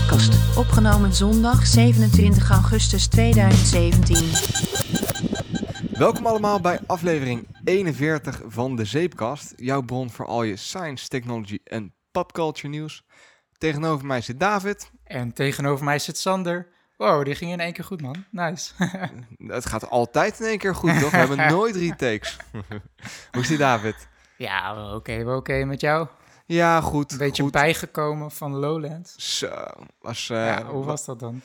Zeepkast, opgenomen zondag 27 augustus 2017. Welkom allemaal bij aflevering 41 van de Zeepkast. Jouw bron voor al je science, technology en popculture nieuws. Tegenover mij zit David. En tegenover mij zit Sander. Wow, die ging in één keer goed, man. Nice. Het gaat altijd in één keer goed, toch? We hebben nooit retakes. Hoe is die, David? Ja, wel oké met jou. Ja, goed. Een beetje goed. bijgekomen van Lowlands. Zo, was... Hoe was dat dan?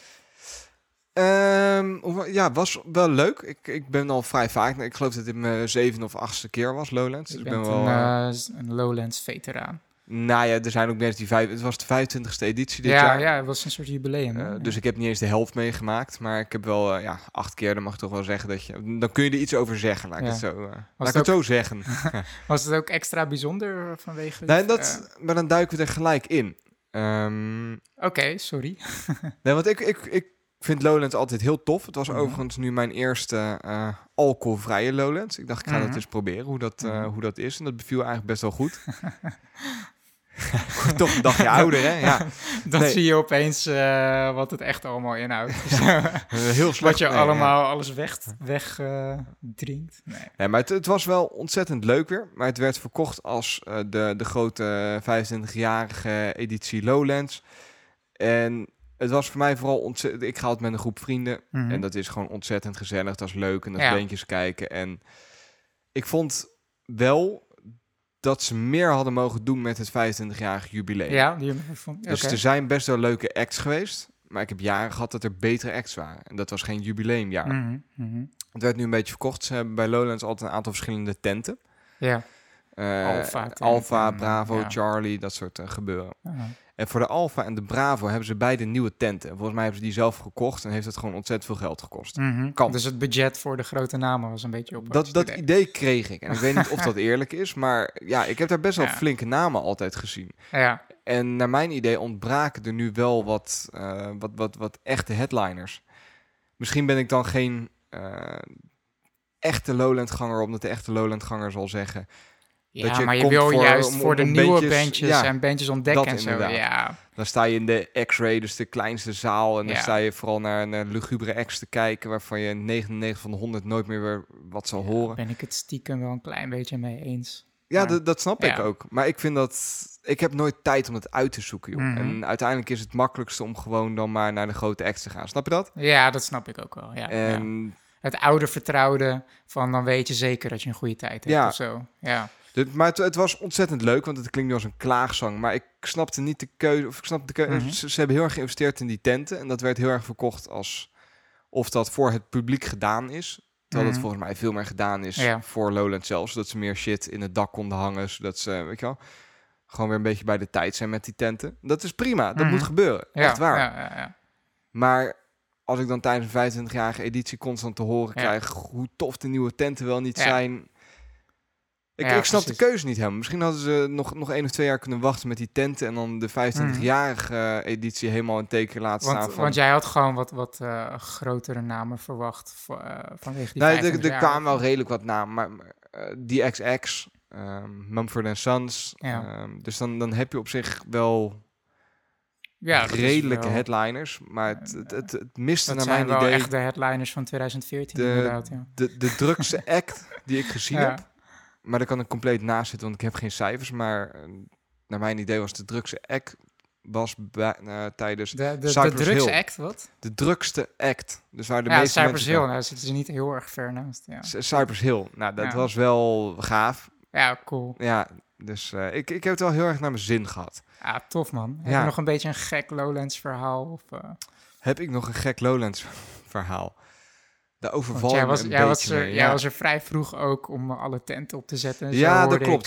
Was wel leuk. Ik ben al vrij vaak... Ik geloof dat dit mijn 7e of 8e keer was, Lowlands. Je Dus bent een Lowlands-veteraan. Nou ja, er zijn ook mensen die... Het was de 25e editie dit jaar. Ja, het was een soort jubileum. Dus ik heb niet eens de helft meegemaakt. Maar ik heb wel 8 keer, dan mag ik toch wel zeggen dat je... Dan kun je er iets over zeggen, laat ik het zo zeggen. Was het ook extra bijzonder vanwege... Nee, maar dan duiken we er gelijk in. Oké, sorry. Nee, want ik vind Lowlands altijd heel tof. Het was overigens nu mijn eerste alcoholvrije Lowlands. Ik dacht, ik ga dat eens proberen, hoe dat is. En dat beviel eigenlijk best wel goed. Toch een dagje ouder, hè? Ja. Dan zie je opeens wat het echt allemaal inhoudt. Heel slecht. Wat je alles wegdrinkt. Nee, maar het was wel ontzettend leuk weer. Maar het werd verkocht als de grote 25-jarige editie Lowlands. En het was voor mij vooral ontzettend... Ik ga het met een groep vrienden. En dat is gewoon ontzettend gezellig. Dat is leuk. En dat is beentjes kijken. En ik vond wel dat ze meer hadden mogen doen met het 25-jarige jubileum. Ja, dus er zijn best wel leuke acts geweest. Maar ik heb jaren gehad dat er betere acts waren. En dat was geen jubileumjaar. Het werd nu een beetje verkocht. Ze hebben bij Lowlands altijd een aantal verschillende tenten. Ja. Alpha, Bravo, Charlie, dat soort gebeuren. En voor de Alpha en de Bravo hebben ze beide nieuwe tenten. Volgens mij hebben ze die zelf gekocht en heeft het gewoon ontzettend veel geld gekost. Dus het budget voor de grote namen was een beetje op. Dat idee kreeg ik. En ik weet niet of dat eerlijk is, maar ja, ik heb daar best wel flinke namen altijd gezien. Ja. En naar mijn idee ontbraken er nu wel wat echte headliners. Misschien ben ik dan geen echte Lowland-ganger, omdat de echte Lowland-ganger zal zeggen... Ja, maar je wil juist voor de nieuwe bandjes en bandjes ontdekken en zo. Inderdaad. Ja. Dan sta je in de X-Ray, dus de kleinste zaal. En dan sta je vooral naar een lugubere acts te kijken... waarvan je 99 van de 100 nooit meer weer wat zal horen. Ben ik het stiekem wel een klein beetje mee eens. Ja, dat snap ik ook. Maar ik vind dat... Ik heb nooit tijd om het uit te zoeken, joh. En uiteindelijk is het makkelijkste om gewoon dan maar naar de grote acts te gaan. Snap je dat? Ja, dat snap ik ook wel. Ja, het oude vertrouwde van dan weet je zeker dat je een goede tijd hebt of zo. Ja. Maar het was ontzettend leuk, want het klinkt nu als een klaagzang. Maar ik snapte niet de keuze. Of ik snapte de keuze. Ze hebben heel erg geïnvesteerd in die tenten. En dat werd heel erg verkocht als of dat voor het publiek gedaan is. Terwijl het volgens mij veel meer gedaan is voor Lowlands zelfs. Zodat ze meer shit in het dak konden hangen. Zodat ze, weet je wel, gewoon weer een beetje bij de tijd zijn met die tenten. Dat is prima, dat moet gebeuren. Echt waar. Ja. Maar als ik dan tijdens een 25-jarige editie constant te horen krijg... hoe tof de nieuwe tenten wel niet zijn... Ik snap de keuze niet helemaal. Misschien hadden ze nog 1 of 2 jaar kunnen wachten met die tenten... en dan de 25-jarige editie helemaal in teken laten staan. Want jij had gewoon wat grotere namen verwacht vanwege die 25 jaar. Er kwamen wel redelijk wat namen, maar DXX, Mumford & Sons... dus dan heb je op zich wel... Ja, redelijke headliners, maar het miste naar mijn idee... Dat zijn wel echt de headliners van 2014 inderdaad, de drukste act die ik gezien heb... Maar daar kan ik compleet naast zitten, want ik heb geen cijfers. Maar naar mijn idee was de drukste act tijdens Cypress Hill. De drukste act, wat? De drukste act. Dus waar de meeste Cypress mensen... Hill, daar zitten ze niet heel erg ver naast. Ja. Cypress Hill, nou dat was wel gaaf. Ja, cool. Ja, dus ik heb het wel heel erg naar mijn zin gehad. Ja, tof man. Heb je nog een beetje een gek Lowlands verhaal? Of, Heb ik nog een gek Lowlands verhaal? Jij was er vrij vroeg ook om alle tenten op te zetten. En ja, dat klopt.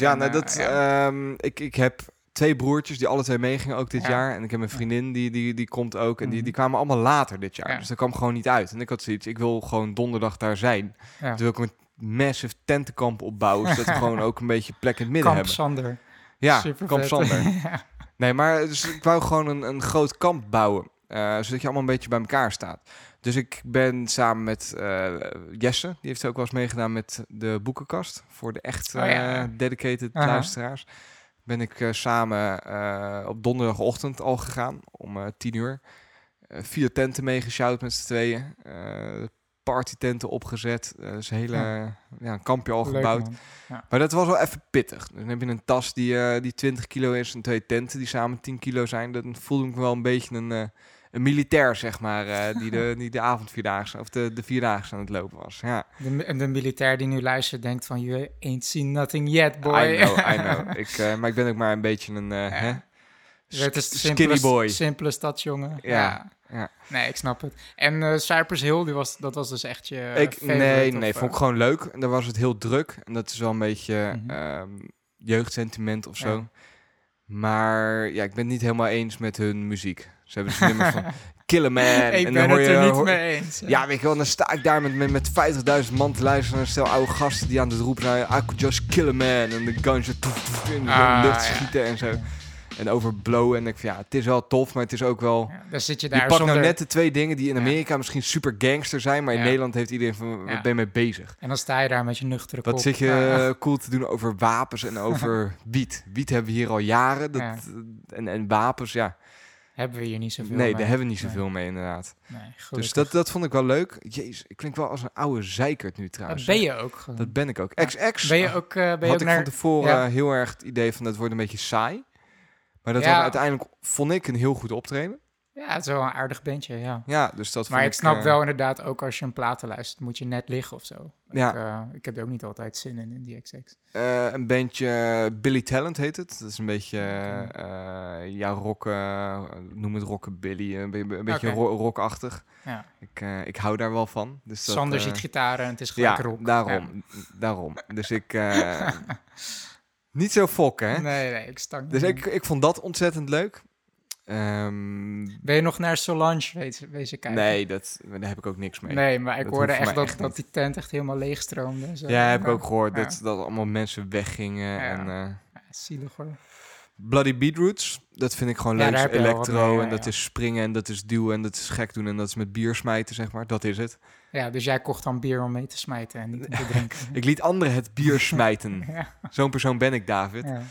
Ik heb 2 broertjes die alle 2 meegingen ook dit jaar. En ik heb een vriendin die komt ook. En die kwamen allemaal later dit jaar. Dus dat kwam gewoon niet uit. En ik had zoiets, ik wil gewoon donderdag daar zijn. Ja. Toen wil ik een massive tentenkamp opbouwen. Zodat we gewoon ook een beetje plek in het midden hebben. Sander. Ja, Kamp Sander. Nee, maar dus ik wou gewoon een groot kamp bouwen. Zodat je allemaal een beetje bij elkaar staat. Dus ik ben samen met Jesse, die heeft ook wel eens meegedaan met de boekenkast. Voor de echt dedicated luisteraars. ben ik samen op donderdagochtend al gegaan om 10:00. 4 tenten meegesjouwd met z'n tweeën. Partytenten opgezet. Dus een kampje al gebouwd. Ja. Maar dat was wel even pittig. Dan heb je een tas die 20 kilo is en 2 tenten die samen 10 kilo zijn. Dan voelde ik me wel een beetje een militair, zeg maar, die de avondvierdaagse of de vierdaagse aan het lopen was. Ja. De militair die nu luistert denkt van, you ain't seen nothing yet, boy. I know. Maar ik ben ook maar een beetje een skinny boy. Simpele stadsjongen. Ja. Nee, ik snap het. En Cypress Hill, dat was dus echt je Nee, vond ik gewoon leuk. En daar was het heel druk. En dat is wel een beetje jeugdsentiment of zo. Maar ja, ik ben het niet helemaal eens met hun muziek. Ze hebben het nummer van Killer Man. Ik ben het er niet mee eens. Ja, weet je wel, dan sta ik daar met 50.000 man te luisteren naar een stel oude gasten die aan het roepen zijn, I could just kill a man. En de guns in de lucht schieten en zo. En overblowen. En ik van, het is wel tof, maar het is ook wel... Ja, dan zit je daar pakt nou net de 2 dingen die in Amerika misschien super gangster zijn, maar in Nederland heeft iedereen van, wat ben je mee bezig? En dan sta je daar met je nuchtere kop. Wat zit je cool te doen over wapens en over wiet? Wiet hebben we hier al jaren. En wapens, hebben we hier niet zoveel mee. Nee, daar hebben we niet zoveel mee, inderdaad. Nee, dus dat vond ik wel leuk. Jezus, ik klink wel als een oude zeikert nu trouwens. Dat ben je ook gewoon. Dat ben ik ook. XX ben je ook, had ik van tevoren heel erg het idee van, dat wordt een beetje saai. Maar dat was uiteindelijk, vond ik, een heel goed optreden. Ja, het is wel een aardig bandje, ja. Ja, dus dat maar ik snap wel inderdaad, ook als je een platen luistert, moet je net liggen of zo. Ja. Ik heb er ook niet altijd zin in die XX. Een bandje Billy Talent heet het. Dat is een beetje, rock, noem het rockabilly, een beetje rockachtig. Ja. Ik hou daar wel van. Dus Sander ziet gitaren en het is gelijk rock. Daarom. Dus ik... niet zo fokken, hè? Nee, ik stank. Dus ik vond dat ontzettend leuk. Ben je nog naar Solange wezen kijken? Nee, daar heb ik ook niks mee. Nee, maar ik hoorde echt dat die tent echt helemaal leeg stroomde. Zo. Ja, heb ik ook gehoord. Dat allemaal mensen weggingen. En, zielig hoor. Bloody Beetroots, dat vind ik gewoon leuk. Electro en dat is springen en dat is duwen en dat is gek doen en dat is met bier smijten, zeg maar. Dat is het. Ja, dus jij kocht dan bier om mee te smijten en niet om te drinken. Ik liet anderen het bier smijten. Zo'n persoon ben ik, David. Ja.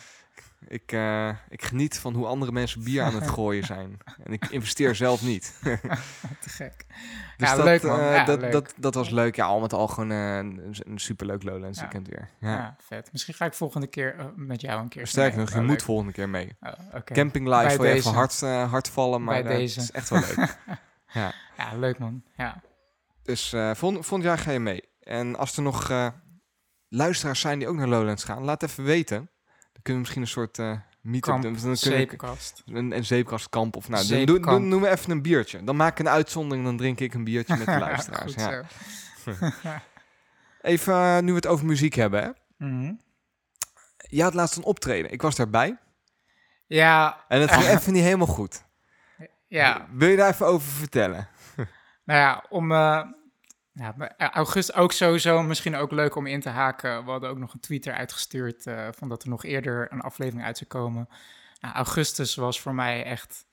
Ik geniet van hoe andere mensen bier aan het gooien zijn. En ik investeer zelf niet. Te gek. Dus leuk man. Dat was leuk. Ja, al met al gewoon een superleuk Lowlands weekend weer. Ja, vet. Misschien ga ik volgende keer met jou een keer. Sterker nog, je moet volgende keer mee. Camping live wil je even hard vallen, maar het is echt wel leuk. Ja, leuk man. Ja. Dus volgend jaar ga je mee. En als er nog luisteraars zijn die ook naar Lowlands gaan, laat even weten. Dan kunnen we misschien een soort meet-up doen. Zeepkast. Een zeepkastkamp. Of noem me even een biertje. Dan maak ik een uitzondering, dan drink ik een biertje met de luisteraars. Even, nu we het over muziek hebben. Hè? Mm-hmm. Je had laatst een optreden. Ik was daarbij. Ja. En het ging even niet helemaal goed. Ja. Wil je daar even over vertellen? Nou ja, augustus ook sowieso misschien ook leuk om in te haken. We hadden ook nog een tweet eruit gestuurd van dat er nog eerder een aflevering uit zou komen. Nou, augustus was voor mij echt...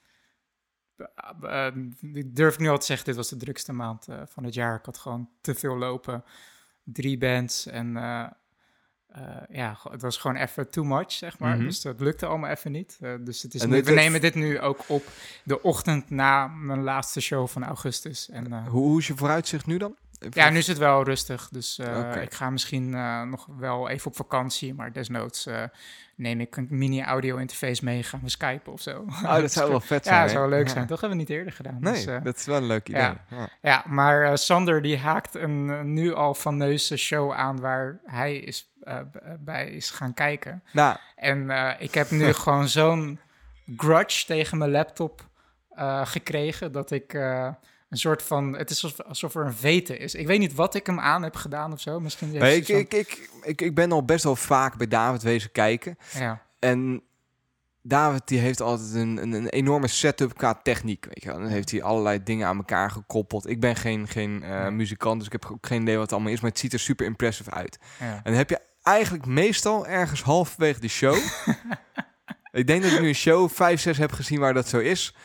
ik durf nu al te zeggen, dit was de drukste maand van het jaar. Ik had gewoon te veel lopen. 3 bands en het was gewoon even too much, zeg maar. Mm-hmm. Dus dat lukte allemaal even niet. Dus het is we nemen dit nu ook op de ochtend na mijn laatste show van augustus. En, hoe is je vooruitzicht nu dan? Ja, nu is het wel rustig. Dus ik ga misschien nog wel even op vakantie. Maar desnoods neem ik een mini-audio-interface mee. Gaan we skypen of zo. Oh, dat zou wel vet zijn. Ja, dat zou wel leuk zijn. Dat hebben we niet eerder gedaan. Nee, dus, dat is wel een leuk idee. Ja, maar Sander die haakt een nu al fameuze show aan waar hij bij is gaan kijken. Nou. En ik heb nu gewoon zo'n grudge tegen mijn laptop gekregen dat ik... een soort van... Het is alsof er een vete is. Ik weet niet wat ik hem aan heb gedaan of zo. Misschien ik ben al best wel vaak bij David wezen kijken. Ja. En David die heeft altijd een enorme setup qua techniek. Weet je wel. Dan heeft hij allerlei dingen aan elkaar gekoppeld. Ik ben geen muzikant, dus ik heb ook geen idee wat het allemaal is. Maar het ziet er super impressive uit. Ja. En dan heb je eigenlijk meestal ergens halverwege de show... ik denk dat ik nu een show 5, 6 heb gezien waar dat zo is...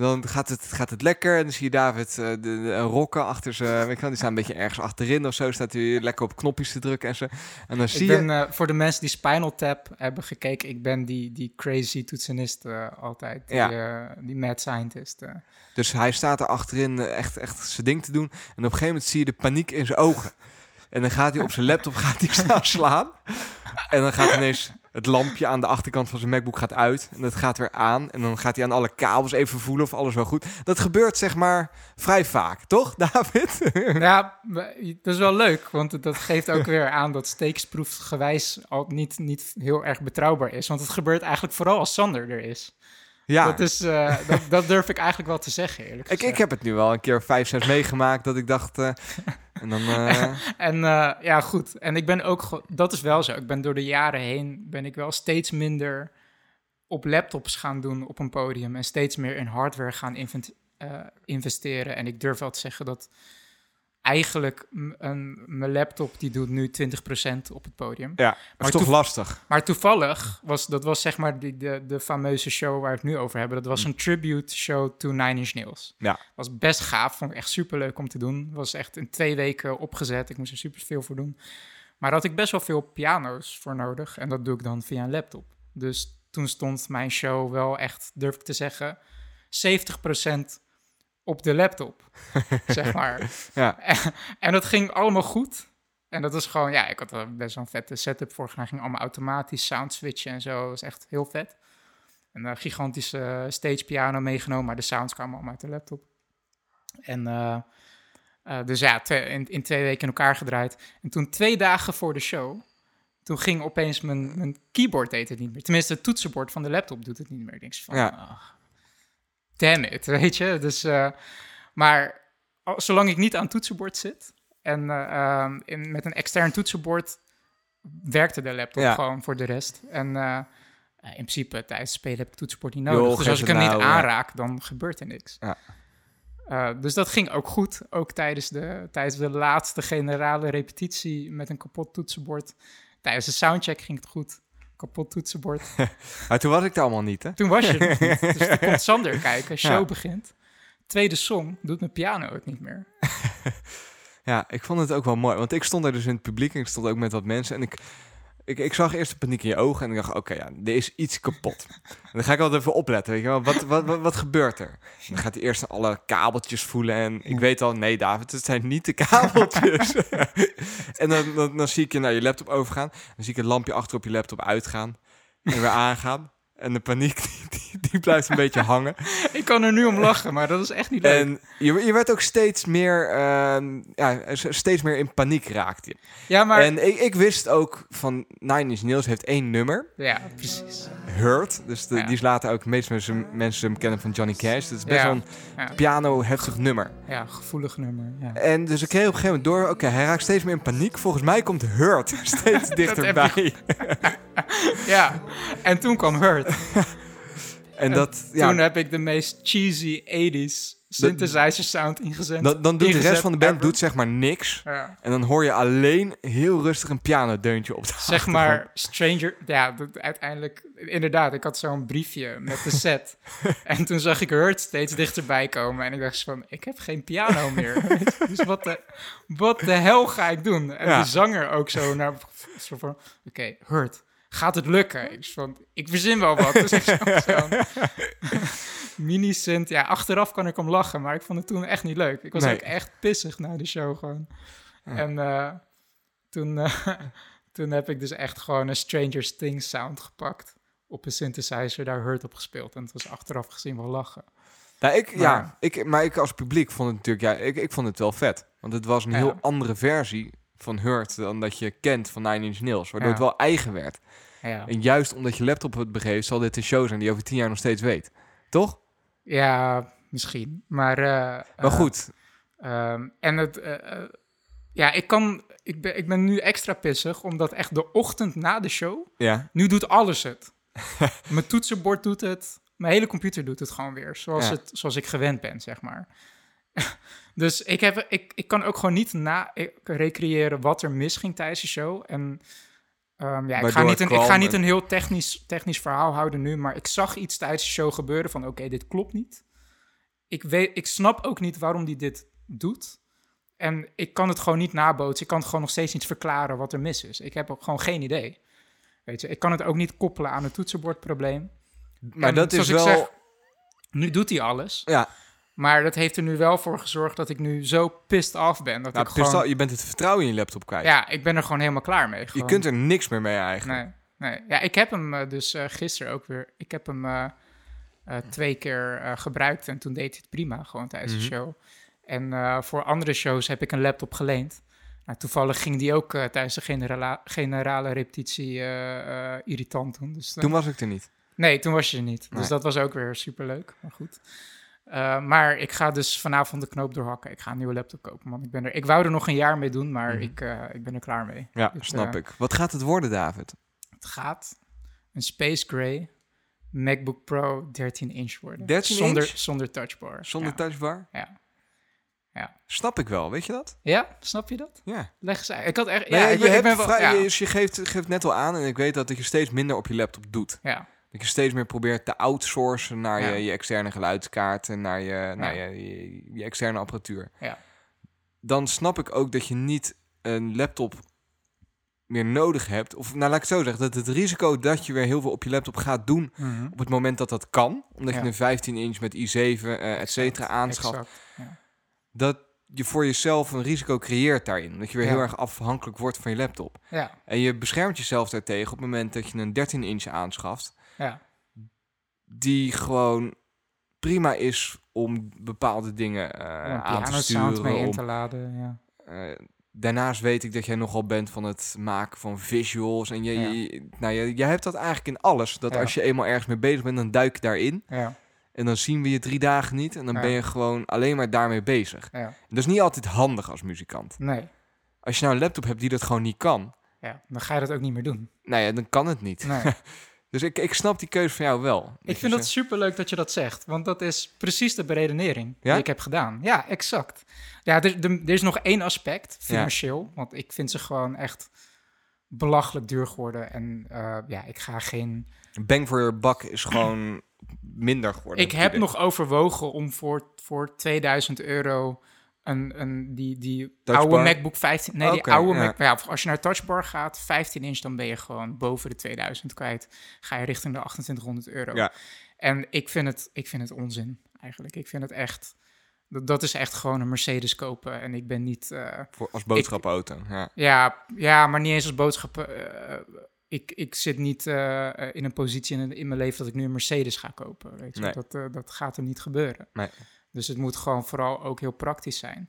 Dan gaat het lekker en dan zie je David de rokken achter ze. Weet je wel, die staan een beetje ergens achterin of zo. Staat hij lekker op knopjes te drukken en zo. En dan zie je... voor de mensen die Spinal Tap hebben gekeken, ik ben die crazy toetsenist altijd. Die mad scientist. Dus hij staat er achterin echt zijn ding te doen. En op een gegeven moment zie je de paniek in zijn ogen. En dan gaat hij op zijn laptop staan slaan. En dan gaat ineens het lampje aan de achterkant van zijn MacBook gaat uit. En dat gaat weer aan. En dan gaat hij aan alle kabels even voelen of alles wel goed. Dat gebeurt zeg maar vrij vaak, toch David? Ja, dat is wel leuk. Want dat geeft ook weer aan dat steeksproefgewijs al niet heel erg betrouwbaar is. Want het gebeurt eigenlijk vooral als Sander er is. Ja. Dat durf ik eigenlijk wel te zeggen, eerlijk gezegd. Ik heb het nu wel een keer 5, 6 meegemaakt dat ik dacht... en dan... ja, goed. En ik ben ook... Dat is wel zo. Ik ben door de jaren heen... ben ik wel steeds minder op laptops gaan doen op een podium... en steeds meer in hardware gaan investeren. En ik durf wel te zeggen dat... eigenlijk mijn laptop die doet nu 20% op het podium. Ja, maar is toch lastig. Maar toevallig was zeg maar de fameuze show waar we het nu over hebben. Dat was een tribute show to Nine Inch Nails. Ja. Was best gaaf, vond ik echt superleuk om te doen. Was echt in 2 weken opgezet. Ik moest er super veel voor doen. Maar daar had ik best wel veel piano's voor nodig. En dat doe ik dan via een laptop. Dus toen stond mijn show wel echt, durf ik te zeggen, 70% op de laptop, zeg maar. Ja. En dat ging allemaal goed. En dat was gewoon, ik had er best wel een vette setup voor gedaan. Ging allemaal automatisch sound switchen en zo. Dat was echt heel vet. En een gigantische stage piano meegenomen, maar de sounds kwamen allemaal uit de laptop. En dus ja, in 2 weken in elkaar gedraaid. En toen 2 dagen voor de show, toen ging opeens mijn keyboard deed het niet meer. Tenminste, het toetsenbord van de laptop doet het niet meer. Ik denk van, damn it, weet je. Dus, maar zolang ik niet aan het toetsenbord zit en met een extern toetsenbord werkte de laptop gewoon voor de rest. En in principe tijdens het spelen heb ik het toetsenbord niet nodig. Dus als ik hem niet aanraak, dan gebeurt er niks. Ja. Dus dat ging ook goed. Ook tijdens de laatste generale repetitie met een kapot toetsenbord. Tijdens de soundcheck ging het goed. Kapot toetsenbord. Maar toen was ik er allemaal niet, hè? Toen was je er niet. Dus dan komt Sander kijken, show begint. Tweede song doet mijn piano ook niet meer. Ja, ik vond het ook wel mooi. Want ik stond daar dus in het publiek en ik stond ook met wat mensen. En ik zag eerst de paniek in je ogen en ik dacht, oké, er is iets kapot. En dan ga ik altijd even opletten, weet je wel. Wat gebeurt er? Dan gaat hij eerst alle kabeltjes voelen en ik weet al, nee David, het zijn niet de kabeltjes. En dan zie ik je naar je laptop overgaan. Dan zie ik het lampje achter op je laptop uitgaan en weer aangaan. En de paniek, die blijft een beetje hangen. Ik kan er nu om lachen, maar dat is echt niet leuk. En je werd ook steeds meer in paniek raakt je. Ja, maar... En ik wist ook van Nine Inch Nails heeft 1 nummer. Ja, precies. Hurt. Dus die is later ook het meest mensen hem kennen van Johnny Cash. Dat is best wel een piano-heftig nummer. Ja, gevoelig nummer. Ja. En dus ik kreeg op een gegeven moment door, oké, hij raakt steeds meer in paniek. Volgens mij komt Hurt steeds dichterbij. Ja, en toen kwam Hurt. En toen heb ik de meest cheesy 80s synthesizer sound ingezet. Dan doet de rest van de band doet zeg maar niks. Ja. En dan hoor je alleen heel rustig een pianodeuntje op de zeg maar Stranger... Ja, uiteindelijk... Inderdaad, ik had zo'n briefje met de set. En toen zag ik Hurt steeds dichterbij komen. En ik dacht van, ik heb geen piano meer. Dus wat de hel ga ik doen? En de zanger ook zo naar... Zo van, oké, Hurt... Gaat het lukken? Ik verzin wel wat. Dus ik zo'n mini-synth. Ja, achteraf kan ik om lachen, maar ik vond het toen echt niet leuk. Ik was ook echt pissig na de show gewoon. Ja. En toen heb ik dus echt gewoon een Stranger Things sound gepakt. Op een synthesizer, daar Hurt op gespeeld. En het was achteraf gezien wel lachen. Nou, ik als publiek vond het natuurlijk... ik vond het wel vet. Want het was een heel andere versie van Hurt dan dat je kent van Nine Inch Nails. Waardoor het wel eigen werd. Ja. En juist omdat je laptop het begeeft, zal dit een show zijn die over 10 jaar nog steeds weet. Toch? Ja, misschien. Maar goed. Ik ben nu extra pissig, omdat echt de ochtend na de show... Ja. Nu doet alles het. Mijn toetsenbord doet het. Mijn hele computer doet het gewoon weer. Zoals ik gewend ben, zeg maar. Dus ik kan ook gewoon niet recreëren wat er misging tijdens de show. En ik ga niet een heel technisch verhaal houden nu, maar ik zag iets tijdens de show gebeuren van oké, dit klopt niet. ik snap ook niet waarom die dit doet. En ik kan het gewoon niet nabootsen. Ik kan het gewoon nog steeds niet verklaren wat er mis is. Ik heb ook gewoon geen idee. Weet je, ik kan het ook niet koppelen aan het toetsenbordprobleem. Maar en dat is wel... Zeg, nu doet hij alles. Ja. Maar dat heeft er nu wel voor gezorgd dat ik nu zo pissed off ben. Dat ik gewoon... Je bent het vertrouwen in je laptop kwijt. Ja, ik ben er gewoon helemaal klaar mee. Gewoon. Je kunt er niks meer mee eigenlijk. Nee. Ja, ik heb hem dus gisteren ook weer... Ik heb hem 2 keer gebruikt en toen deed hij het prima, gewoon tijdens de show. En voor andere shows heb ik een laptop geleend. Nou, toevallig ging die ook tijdens de generale repetitie irritant doen. Dus, toen was ik er niet. Nee, toen was je er niet. Nee. Dus dat was ook weer superleuk, maar goed. Maar ik ga dus vanavond de knoop doorhakken. Ik ga een nieuwe laptop kopen, man. Ik wou er nog een jaar mee doen, maar ik ben er klaar mee. Ja, dus, snap ik. Wat gaat het worden, David? Het gaat een Space Gray MacBook Pro 13-inch worden. 13 Zonder touchbar. Zonder touchbar? Ja. Snap ik wel, weet je dat? Ja, snap je dat? Ja. Leg eens uit. Ik had echt... Je geeft net al aan en ik weet dat je steeds minder op je laptop doet. Ja. Dat je steeds meer probeert te outsourcen naar je externe geluidskaarten, naar je externe apparatuur. Ja. Dan snap ik ook dat je niet een laptop meer nodig hebt. Of nou, laat ik het zo zeggen, dat het risico dat je weer heel veel op je laptop gaat doen op het moment dat dat kan, omdat je een 15-inch met i7, et cetera, aanschaft. Exact. Ja. Dat je voor jezelf een risico creëert daarin. Dat je weer heel erg afhankelijk wordt van je laptop. Ja. En je beschermt jezelf daartegen op het moment dat je een 13-inch aanschaft. Ja. Die gewoon prima is om bepaalde dingen aan te sturen. Mee in te laden, ja. Daarnaast weet ik dat jij nogal bent van het maken van visuals. En jij hebt dat eigenlijk in alles. Dat als je eenmaal ergens mee bezig bent, dan duik je daarin. Ja. En dan zien we je 3 dagen niet. En dan ben je gewoon alleen maar daarmee bezig. Ja. En dat is niet altijd handig als muzikant. Nee. Als je nou een laptop hebt die dat gewoon niet kan. Ja, dan ga je dat ook niet meer doen. Nou ja, dan kan het niet. Nee. Dus ik snap die keuze van jou wel. Ik vind het superleuk dat je dat zegt. Want dat is precies de beredenering die ik heb gedaan. Ja, exact. Ja, er is nog 1 aspect, financieel. Ja. Want ik vind ze gewoon echt belachelijk duur geworden. En ik ga geen... Bang for your buck is gewoon minder geworden. Ik heb nog overwogen om voor €2000 die oude MacBook 15... Nee, die oude Mac... Ja, als je naar touchbar gaat, 15-inch, dan ben je gewoon boven de 2000 kwijt. Ga je richting de €2800. Ja. En ik vind het onzin, eigenlijk. Ik vind het echt... Dat is echt gewoon een Mercedes kopen. En ik ben niet... als boodschappenauto, Ja, maar niet eens als boodschap... Ik zit niet in een positie in mijn leven dat ik nu een Mercedes ga kopen. Weet je? Nee. Dat gaat er niet gebeuren. Nee. Dus het moet gewoon vooral ook heel praktisch zijn.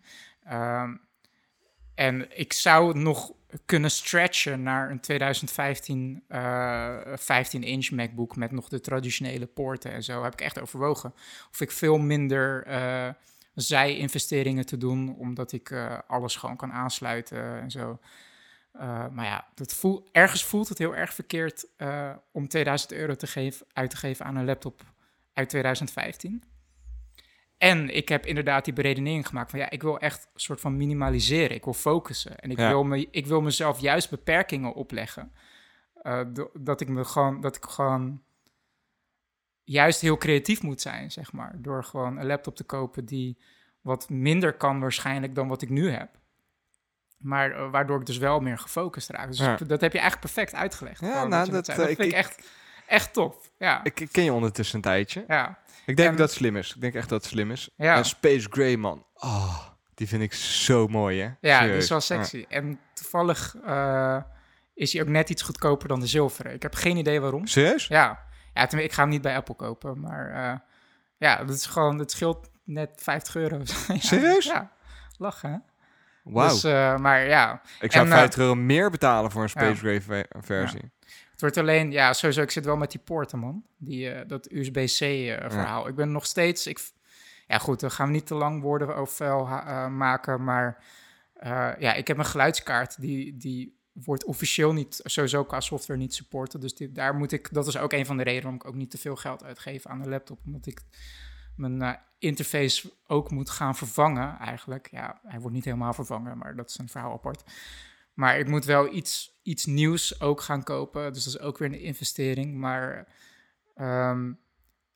En ik zou nog kunnen stretchen naar een 2015 15-inch MacBook met nog de traditionele poorten en zo. Heb ik echt overwogen. Of ik veel minder zij-investeringen te doen, omdat ik alles gewoon kan aansluiten en zo. Maar ja, ergens voelt het heel erg verkeerd om €2000 uit te geven aan een laptop uit 2015. En ik heb inderdaad die beredenering gemaakt van ik wil echt een soort van minimaliseren. Ik wil focussen. En ik wil mezelf juist beperkingen opleggen. Dat ik gewoon juist heel creatief moet zijn, zeg maar. Door gewoon een laptop te kopen die wat minder kan waarschijnlijk dan wat ik nu heb. Maar waardoor ik dus wel meer gefocust raak. Dus dat heb je eigenlijk perfect uitgelegd. Ja, dat vind ik echt tof. Ja. Ik ken je ondertussen een tijdje. Ja. Ik denk dat het slim is. Ik denk echt dat het slim is. Ja. En Space Gray, man. Oh, die vind ik zo mooi, hè? Ja, die is wel sexy. Ja. En toevallig is hij ook net iets goedkoper dan de zilveren. Ik heb geen idee waarom. Serieus? Ja, ik ga hem niet bij Apple kopen. Maar het scheelt net €50. Serieus? Ja, lachen, hè? Wauw. Dus, maar ja. Ik zou €50 meer betalen voor een Space Gray versie. Ja. Het wordt alleen, sowieso, ik zit wel met die poorten, man. Dat USB-C verhaal. Ik ben nog steeds... goed, daar gaan we niet te lang woorden over vuil maken. Maar ik heb een geluidskaart die wordt officieel niet, sowieso qua software niet supporten. Dus daar moet ik... Dat is ook een van de redenen waarom ik ook niet te veel geld uitgeef aan de laptop. Omdat ik mijn interface ook moet gaan vervangen, eigenlijk. Ja, hij wordt niet helemaal vervangen, maar dat is een verhaal apart. Maar ik moet wel iets nieuws ook gaan kopen. Dus dat is ook weer een investering. Maar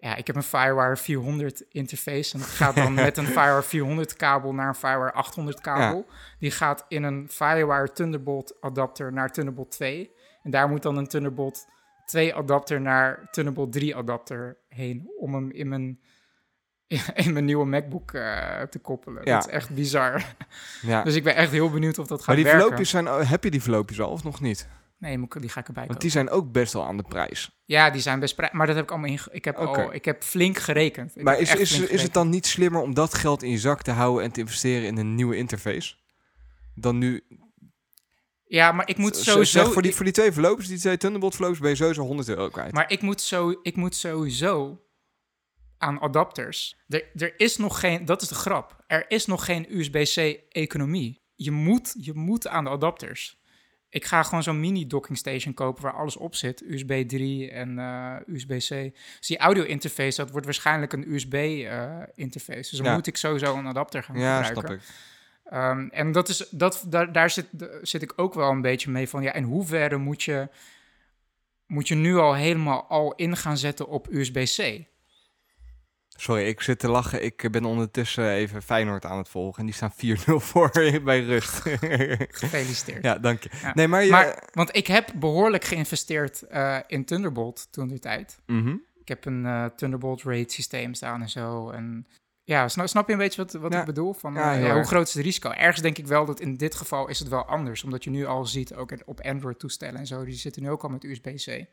ik heb een FireWire 400 interface. En dat gaat dan met een FireWire 400 kabel naar een FireWire 800 kabel. Ja. Die gaat in een FireWire Thunderbolt adapter naar Thunderbolt 2. En daar moet dan een Thunderbolt 2 adapter naar Thunderbolt 3 adapter heen. Om hem in mijn nieuwe MacBook te koppelen. Ja. Dat is echt bizar. Ja. Dus ik ben echt heel benieuwd of dat gaat werken. Maar die verloopjes heb je die verloopjes al of nog niet? Nee, die ga ik erbij kopen. Want die zijn ook best wel aan de prijs. Ja, die zijn best maar dat heb ik allemaal ik heb flink gerekend. Maar is het dan niet slimmer om dat geld in je zak te houden en te investeren in een nieuwe interface? Dan nu... Ja, maar ik moet sowieso... Voor die 2 verlopers, die 2 Thunderbolt verlopers, ben je sowieso €100 kwijt. Maar ik moet sowieso aan adapters. Er is nog geen... Dat is de grap. Er is nog geen USB-C-economie. Je moet aan de adapters. Ik ga gewoon zo'n mini-docking station kopen waar alles op zit. USB 3 en USB-C. Dus die audio-interface, dat wordt waarschijnlijk een USB-interface. Dus dan moet ik sowieso een adapter gaan gebruiken. Snap ik. En daar zit ik ook wel een beetje mee van... Ja, in hoeverre moet je nu al helemaal in gaan zetten op USB-C? Sorry, ik zit te lachen. Ik ben ondertussen even Feyenoord aan het volgen. En die staan 4-0 voor bij rust. Gefeliciteerd. Ja, dank je. Ja. Nee, maar want ik heb behoorlijk geïnvesteerd in Thunderbolt toen die tijd. Mm-hmm. Ik heb een Thunderbolt RAID systeem staan en zo. En ja, snap je een beetje wat ik bedoel? Van, hoe groot is het risico? Ergens denk ik wel dat in dit geval is het wel anders. Omdat je nu al ziet, ook op Android-toestellen en zo... die zitten nu ook al met USB-C.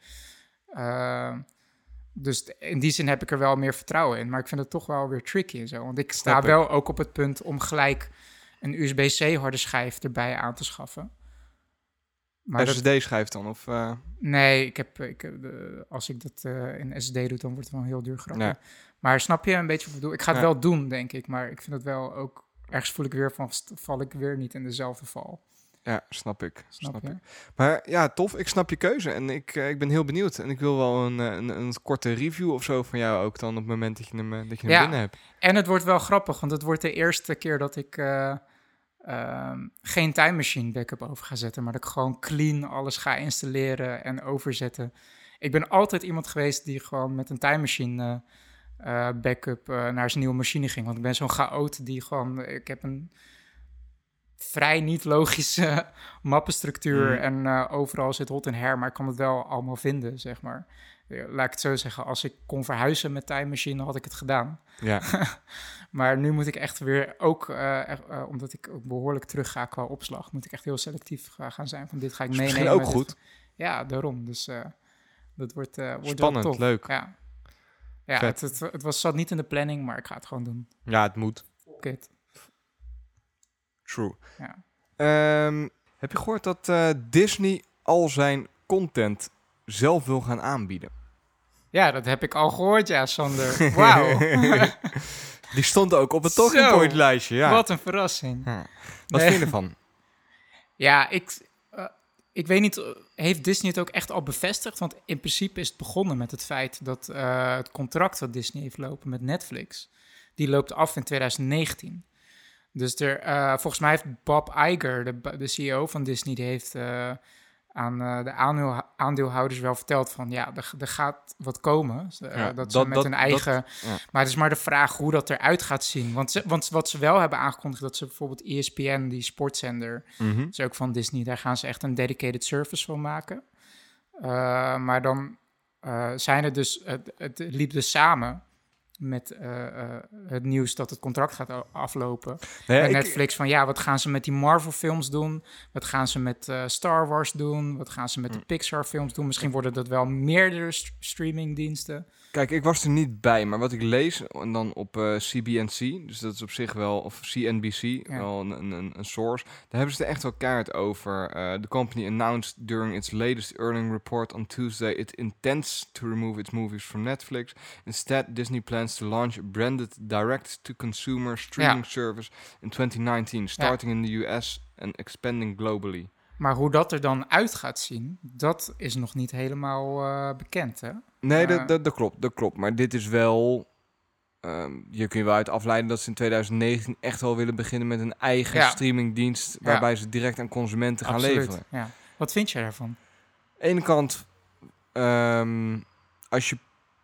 Dus in die zin heb ik er wel meer vertrouwen in. Maar ik vind het toch wel weer tricky en zo. Want ik sta wel ook op het punt om gelijk een USB-C harde schijf erbij aan te schaffen. Maar SSD-schijf dan? Of, Nee, als ik dat in SSD doe, dan wordt het wel een heel duur grapje. Nee. Maar snap je een beetje wat ik bedoel? Ik ga het wel doen, denk ik. Maar ik vind het wel ook... Ergens voel ik weer van... val ik weer niet in dezelfde val. Ja, snap ik. Maar ja, tof. Ik snap je keuze. En ik ben heel benieuwd. En ik wil wel een korte review of zo van jou ook dan... op het moment dat je hem binnen hebt. En het wordt wel grappig. Want het wordt de eerste keer dat ik... geen Time Machine backup over ga zetten... maar dat ik gewoon clean alles ga installeren en overzetten. Ik ben altijd iemand geweest die gewoon met een Time Machine... backup naar zijn nieuwe machine ging. Want ik ben zo'n chaot die gewoon... Ik heb een vrij niet logische mappenstructuur... en overal zit hot en her... maar ik kan het wel allemaal vinden, zeg maar. Laat ik het zo zeggen. Als ik kon verhuizen met Time Machine, had ik het gedaan. Ja. Maar nu moet ik echt weer ook... omdat ik ook behoorlijk terug ga qua opslag... moet ik echt heel selectief gaan zijn. Van dit ga ik meenemen. Misschien ook goed. Ja, daarom. Dus dat wordt spannend, tof. Leuk. Ja. Ja, het zat niet in de planning, maar ik ga het gewoon doen. Ja, het moet. Okay. True. Ja. Heb je gehoord dat Disney al zijn content zelf wil gaan aanbieden? Ja, dat heb ik al gehoord, ja, Sander. Wauw. Die stond ook op het Talking Point lijstje. Ja. Wat een verrassing. Wat vind je ervan? Ja, ik weet niet, heeft Disney het ook echt al bevestigd? Want in principe is het begonnen met het feit dat het contract dat Disney heeft lopen met Netflix... die loopt af in 2019. Dus volgens mij heeft Bob Iger, de CEO van Disney... die heeft aan de aandeelhouders wel verteld van... ja, er gaat wat komen. Dat ze met hun eigen... Maar het is maar de vraag hoe dat eruit gaat zien. Want wat ze wel hebben aangekondigd... dat ze bijvoorbeeld ESPN, die sportzender... dat is ook van Disney... daar gaan ze echt een dedicated service van maken. Maar dan zijn er dus... Het liep dus samen... met het nieuws dat het contract gaat aflopen. Bij Netflix van wat gaan ze met die Marvel-films doen? Wat gaan ze met Star Wars doen? Wat gaan ze met de Pixar-films doen? Misschien worden dat wel meerdere streamingdiensten. Kijk, ik was er niet bij, maar wat ik lees en dan op CBNC, dus dat is op zich wel, of CNBC, wel een source, daar hebben ze het echt wel keihard over. The company announced during its latest earning report on Tuesday it intends to remove its movies from Netflix. Instead, Disney plans to launch a branded direct-to-consumer streaming service in 2019, starting in the US and expanding globally. Maar hoe dat er dan uit gaat zien, dat is nog niet helemaal bekend, hè? Nee, dat klopt. Maar dit is wel... je kun je wel uit afleiden dat ze in 2019 echt wel willen beginnen met een eigen streamingdienst... waarbij ze direct aan consumenten gaan leveren. Ja. Wat vind jij daarvan? Aan de ene kant, als je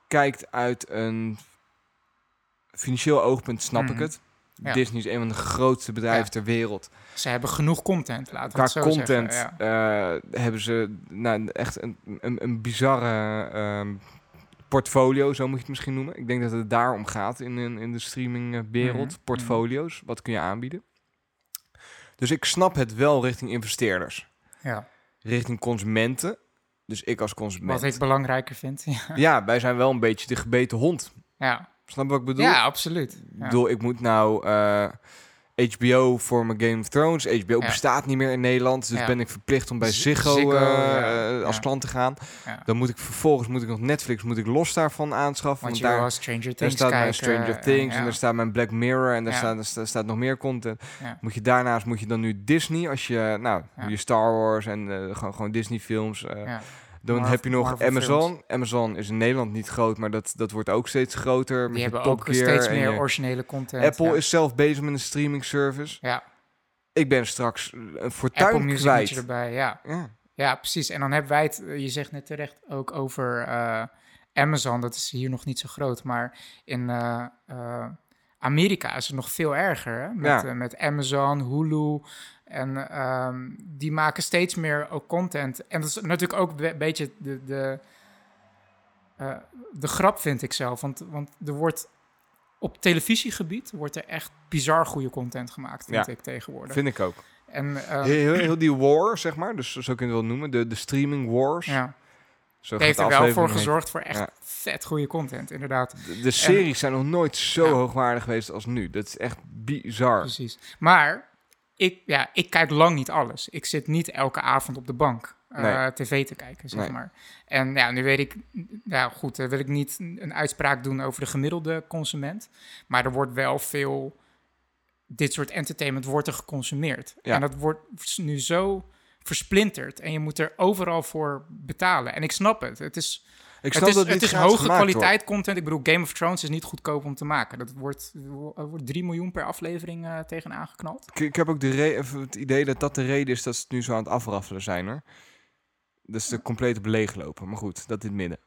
kijkt uit een financieel oogpunt, snap ik het. Ja. Disney is een van de grootste bedrijven ter wereld. Ze hebben genoeg content, laten we Qua het zo content zeggen. hebben ze echt een bizarre portfolio, zo moet je het misschien noemen. Ik denk dat het daarom gaat in de streamingwereld. Portfolio's, wat kun je aanbieden? Dus ik snap het wel richting investeerders. Ja. Richting consumenten. Dus ik als consument. Wat ik belangrijker vind. Ja, wij zijn wel een beetje de gebeten hond. Ja. Snap je wat ik bedoel? Ja, absoluut. Ik Ja. bedoel, ik moet nou HBO voor mijn Game of Thrones. HBO bestaat niet meer in Nederland, dus ben ik verplicht om bij Ziggo als klant te gaan. Ja. Dan moet ik vervolgens nog Netflix los daarvan aanschaffen. Want je daar wil Stranger Things daar staat mijn kijken, Stranger Things en daar staat mijn Black Mirror en daar staat nog meer content. Ja. Daarnaast moet je dan nu Disney, als je je Star Wars en gewoon Disney films. Dan heb je nog Marvel Amazon. films. Amazon is in Nederland niet groot, maar dat wordt ook steeds groter. Die hebben ook steeds meer originele content. Apple is zelf bezig met een streaming service. Ja. Ik ben straks een fortuin Apple Music kwijt. moet je erbij, ja, precies. En dan hebben wij het, je zegt net terecht, ook over Amazon. Dat is hier nog niet zo groot, maar in Amerika is het nog veel erger. Hè? Met Amazon, Hulu. En die maken steeds meer ook content. En dat is natuurlijk ook een beetje de grap, vind ik zelf. Want er wordt op televisiegebied wordt er echt bizar goede content gemaakt, vind ik tegenwoordig. Vind ik ook. En, heel die war, zeg maar, dus zo kun je het wel noemen, de streaming wars. Ja. Zo heeft er wel voor gezorgd voor echt vet goede content, inderdaad. De series zijn nog nooit zo hoogwaardig geweest als nu. Dat is echt bizar. Precies. Maar ik kijk lang niet alles. Ik zit niet elke avond op de bank tv te kijken, zeg maar. En nu weet ik, goed, wil ik niet een uitspraak doen over de gemiddelde consument. Maar er wordt wel veel, dit soort entertainment wordt er geconsumeerd. Ja. En dat wordt nu zo versplinterd. En je moet er overal voor betalen. En ik snap het. Het is hoge kwaliteit content. Ik bedoel, Game of Thrones is niet goedkoop om te maken. Dat wordt 3 miljoen per aflevering tegenaan geknald. Ik heb ook het idee dat de reden is dat ze het nu zo aan het afraffelen zijn, hoor. Dus de complete leeglopen. Maar goed, dat in het midden.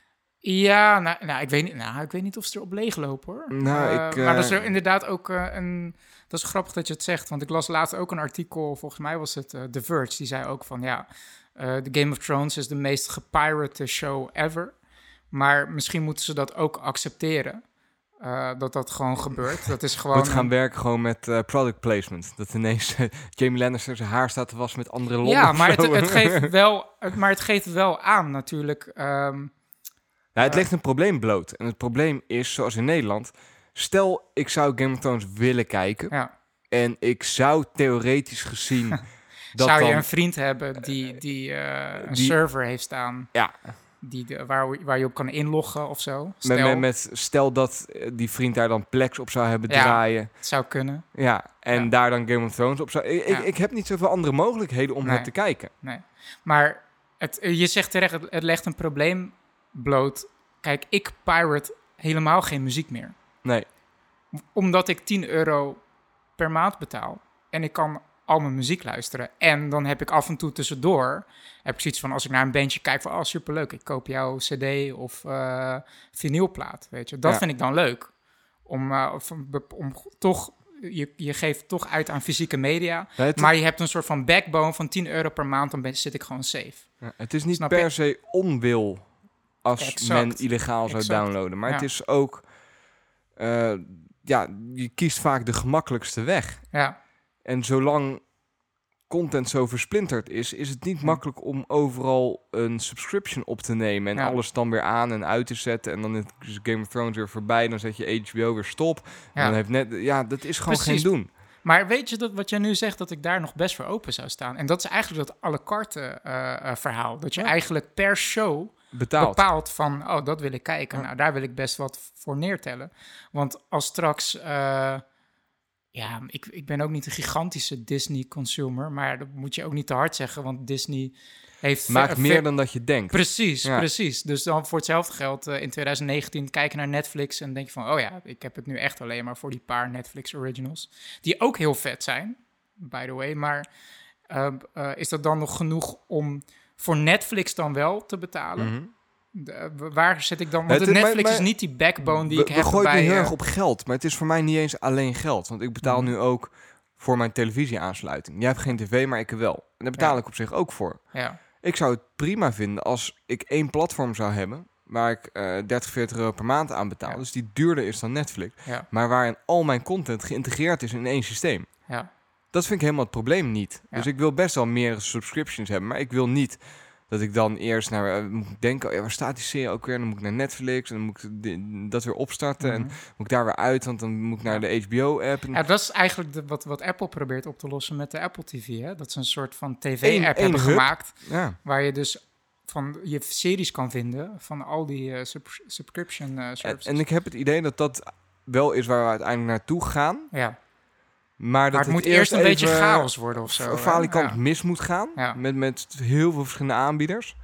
Ja, ik weet niet of ze erop leeglopen, hoor. Maar dat is er inderdaad ook dat is grappig dat je het zegt, want ik las laatst ook een artikel, volgens mij was het The Verge, die zei ook van, The Game of Thrones is de meest gepirate show ever. Maar misschien moeten ze dat ook accepteren, dat gewoon gebeurt. Dat is gewoon... Moet gaan werken gewoon met product placement. Dat ineens Jamie Lannister zijn haar staat te wassen met andere lollen. Ja, maar het geeft wel aan natuurlijk. Het legt een probleem bloot. En het probleem is, zoals in Nederland, stel ik zou Game of Thrones willen kijken en ik zou theoretisch gezien... Zou je een vriend hebben die een server heeft staan... Ja. Waar je op kan inloggen of zo? Stel dat die vriend daar dan Plex op zou hebben draaien. Het zou kunnen. Ja, en daar dan Game of Thrones op zou... Ik heb niet zoveel andere mogelijkheden om het te kijken. Nee, maar je zegt terecht, het legt een probleem bloot. Kijk, ik pirate helemaal geen muziek meer. Nee. Omdat ik €10 per maand betaal. En ik kan al mijn muziek luisteren. En dan heb ik af en toe tussendoor... heb ik zoiets van, als ik naar een bandje kijk... van, superleuk, ik koop jouw cd of vinylplaat, weet je. Dat vind ik dan leuk. Om toch... Je geeft toch uit aan fysieke media. Maar je hebt een soort van backbone van €10 per maand... dan zit ik gewoon safe. Ja, het is niet per se onwil... als men illegaal zou downloaden. Maar het is ook... je kiest vaak de gemakkelijkste weg. Ja. En zolang content zo versplinterd is het niet makkelijk om overal een subscription op te nemen en alles dan weer aan en uit te zetten. En dan is Game of Thrones weer voorbij, dan zet je HBO weer stop. En dan heeft dat is gewoon geen doen. Maar weet je wat jij nu zegt, dat ik daar nog best voor open zou staan? En dat is eigenlijk dat à la carte verhaal. Dat je eigenlijk per show bepaalt van, dat wil ik kijken. Nou, daar wil ik best wat voor neertellen. Want als straks... ik ben ook niet een gigantische Disney-consumer, maar dat moet je ook niet te hard zeggen, want Disney heeft... Maakt meer dan dat je denkt. Precies. Dus dan voor hetzelfde geld in 2019 kijken naar Netflix en denk je van, ik heb het nu echt alleen maar voor die paar Netflix originals, die ook heel vet zijn, by the way, maar is dat dan nog genoeg om voor Netflix dan wel te betalen? Mm-hmm. Waar zit ik dan? Want Het de is- Netflix maar- is niet die backbone die ik We heb gooien bij... nu heel erg op geld, maar het is voor mij niet eens alleen geld. Want ik betaal nu ook voor mijn televisieaansluiting. Jij hebt geen tv, maar ik wel. En daar betaal ik op zich ook voor. Ja, Ik zou het prima vinden als ik 1 platform zou hebben waar ik 30, 40 euro per maand aan betaal. Ja. Dus die duurder is dan Netflix. ja, Maar waarin al mijn content geïntegreerd is in één systeem. ja. Dat vind ik helemaal het probleem niet. Ja. Dus ik wil best wel meerdere subscriptions hebben. Maar ik wil niet dat ik dan eerst naar... moet ik denken, oh ja, waar staat die serie ook weer? Dan moet ik naar Netflix en dan moet ik dat weer opstarten. En Mhm. moet ik daar weer uit, want dan moet ik naar de HBO-app. Ja, dat is eigenlijk wat Apple probeert op te lossen met de Apple TV. Hè? Dat ze een soort van Eén tv-app hebben hub. gemaakt... Ja. waar je dus van je series kan vinden van al die subscription services. En ik heb het idee dat dat wel is waar we uiteindelijk naartoe gaan. ja. Maar dat Maar het moet eerst een beetje even chaos worden of zo. hè? falikant Ja. mis moet gaan. Ja. Met heel veel verschillende aanbieders.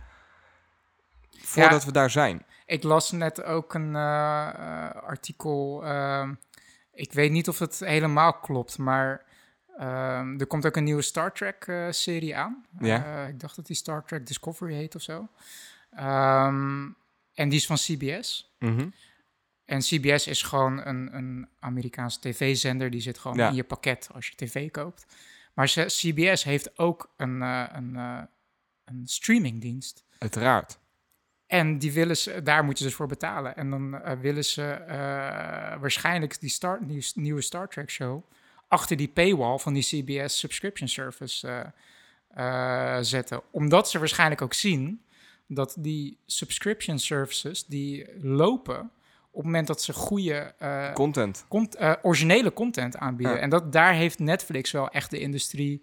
Voordat we daar zijn. Ik las net ook een artikel. Ik weet niet of het helemaal klopt, maar er komt ook een nieuwe Star Trek-serie aan. Ja. Ik dacht dat die Star Trek Discovery heet of zo. En die is van CBS. Mhm. En CBS is gewoon een Amerikaanse tv-zender. Die zit gewoon Ja. in je pakket als je tv koopt. Maar CBS heeft ook een streamingdienst. Uiteraard. En die willen ze, daar moet je dus voor betalen. En dan willen ze waarschijnlijk die nieuwe Star Trek show achter die paywall van die CBS subscription service zetten. Omdat ze waarschijnlijk ook zien dat die subscription services die lopen op het moment dat ze goede Content. originele content aanbieden. Ja. En daar heeft Netflix wel echt de industrie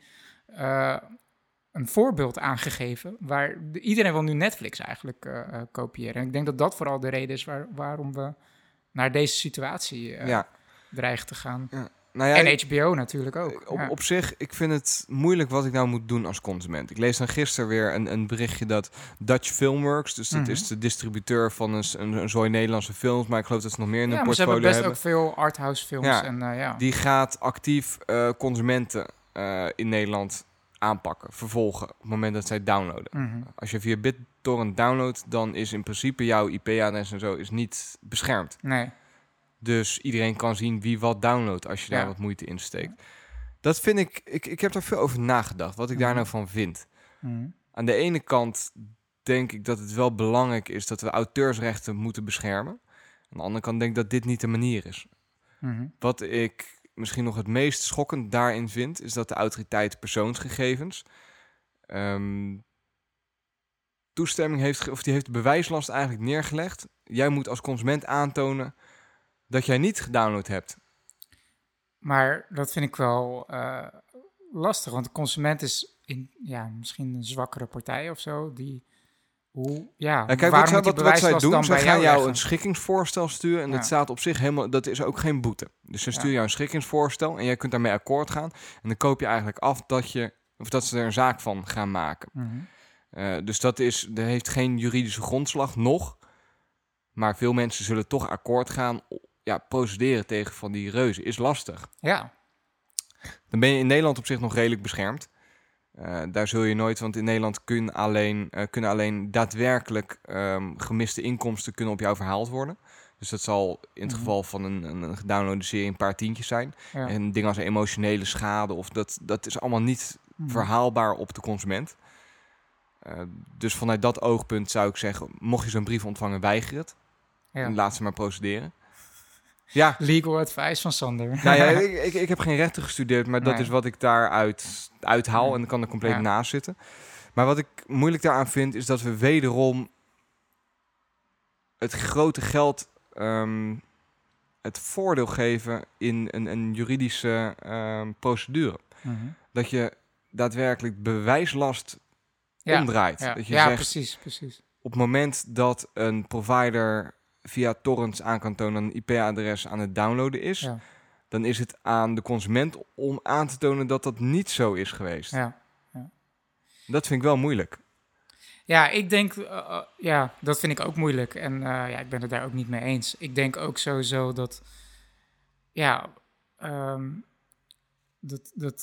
een voorbeeld aangegeven. Waar iedereen wil nu Netflix eigenlijk kopiëren. En ik denk dat dat vooral de reden is waarom we naar deze situatie dreigen te gaan. Ja. Nou ja, En HBO natuurlijk ook. Op zich, ik vind het moeilijk wat ik nou moet doen als consument. Ik lees dan gisteren weer een berichtje dat Dutch Filmworks, dus dat is de distributeur van een zooi Nederlandse films, maar ik geloof dat ze nog meer in hun maar ze portfolio hebben best hebben. ook veel arthouse films. Ja, En, Die gaat actief consumenten in Nederland aanpakken, vervolgen op het moment dat zij downloaden. Mhm. Als je via BitTorrent downloadt, dan is in principe jouw IP-adres en zo is niet beschermd. Nee. Dus iedereen kan zien wie wat downloadt als je daar wat moeite in steekt. Dat vind ik heb daar veel over nagedacht, wat ik daar nou van vind. Mhm. Aan de ene kant denk ik dat het wel belangrijk is dat we auteursrechten moeten beschermen. Aan de andere kant denk ik dat dit niet de manier is. Mhm. Wat ik misschien nog het meest schokkend daarin vind, is dat de autoriteit persoonsgegevens toestemming heeft, of die heeft de bewijslast eigenlijk neergelegd. Jij moet als consument aantonen dat jij niet gedownload hebt. Maar dat vind ik wel lastig, want de consument is misschien een zwakkere partij of zo. Kijk, waarom moet die wat zij bewijslast doen, dan zij bij gaan jou leggen? een schikkingsvoorstel sturen en dat staat op zich helemaal, dat is ook geen boete. Dus ze sturen jou een schikkingsvoorstel en jij kunt daarmee akkoord gaan en dan koop je eigenlijk af dat ze er een zaak van gaan maken. Mhm. Dus dat heeft geen juridische grondslag nog, maar veel mensen zullen toch akkoord gaan. Ja, procederen tegen van die reuzen is lastig. Ja. Dan ben je in Nederland op zich nog redelijk beschermd. Daar zul je nooit, want in Nederland kunnen alleen daadwerkelijk gemiste inkomsten kunnen op jou verhaald worden. Dus dat zal in het geval van een gedownloade serie een paar tientjes zijn. Ja. En dingen als emotionele schade, of dat is allemaal niet verhaalbaar op de consument. Dus vanuit dat oogpunt zou ik zeggen, mocht je zo'n brief ontvangen, weiger het. Ja. En laat ze maar procederen. Ja. Legal advice van Sander. Nou ja, ik heb geen rechten gestudeerd, maar dat is wat ik daaruit uithaal en dan kan er compleet naast zitten. Maar wat ik moeilijk daaraan vind, is dat we wederom het grote geld het voordeel geven in een juridische procedure. Mhm. Dat je daadwerkelijk bewijslast omdraait. Ja, Dat je ja, zegt, precies. op het moment dat een provider via torrents aan kan tonen dat een IP-adres aan het downloaden is, dan is het aan de consument om aan te tonen dat dat niet zo is geweest. Ja. Dat vind ik wel moeilijk. Ja, ik denk, dat vind ik ook moeilijk. En ik ben het daar ook niet mee eens. Ik denk ook sowieso dat,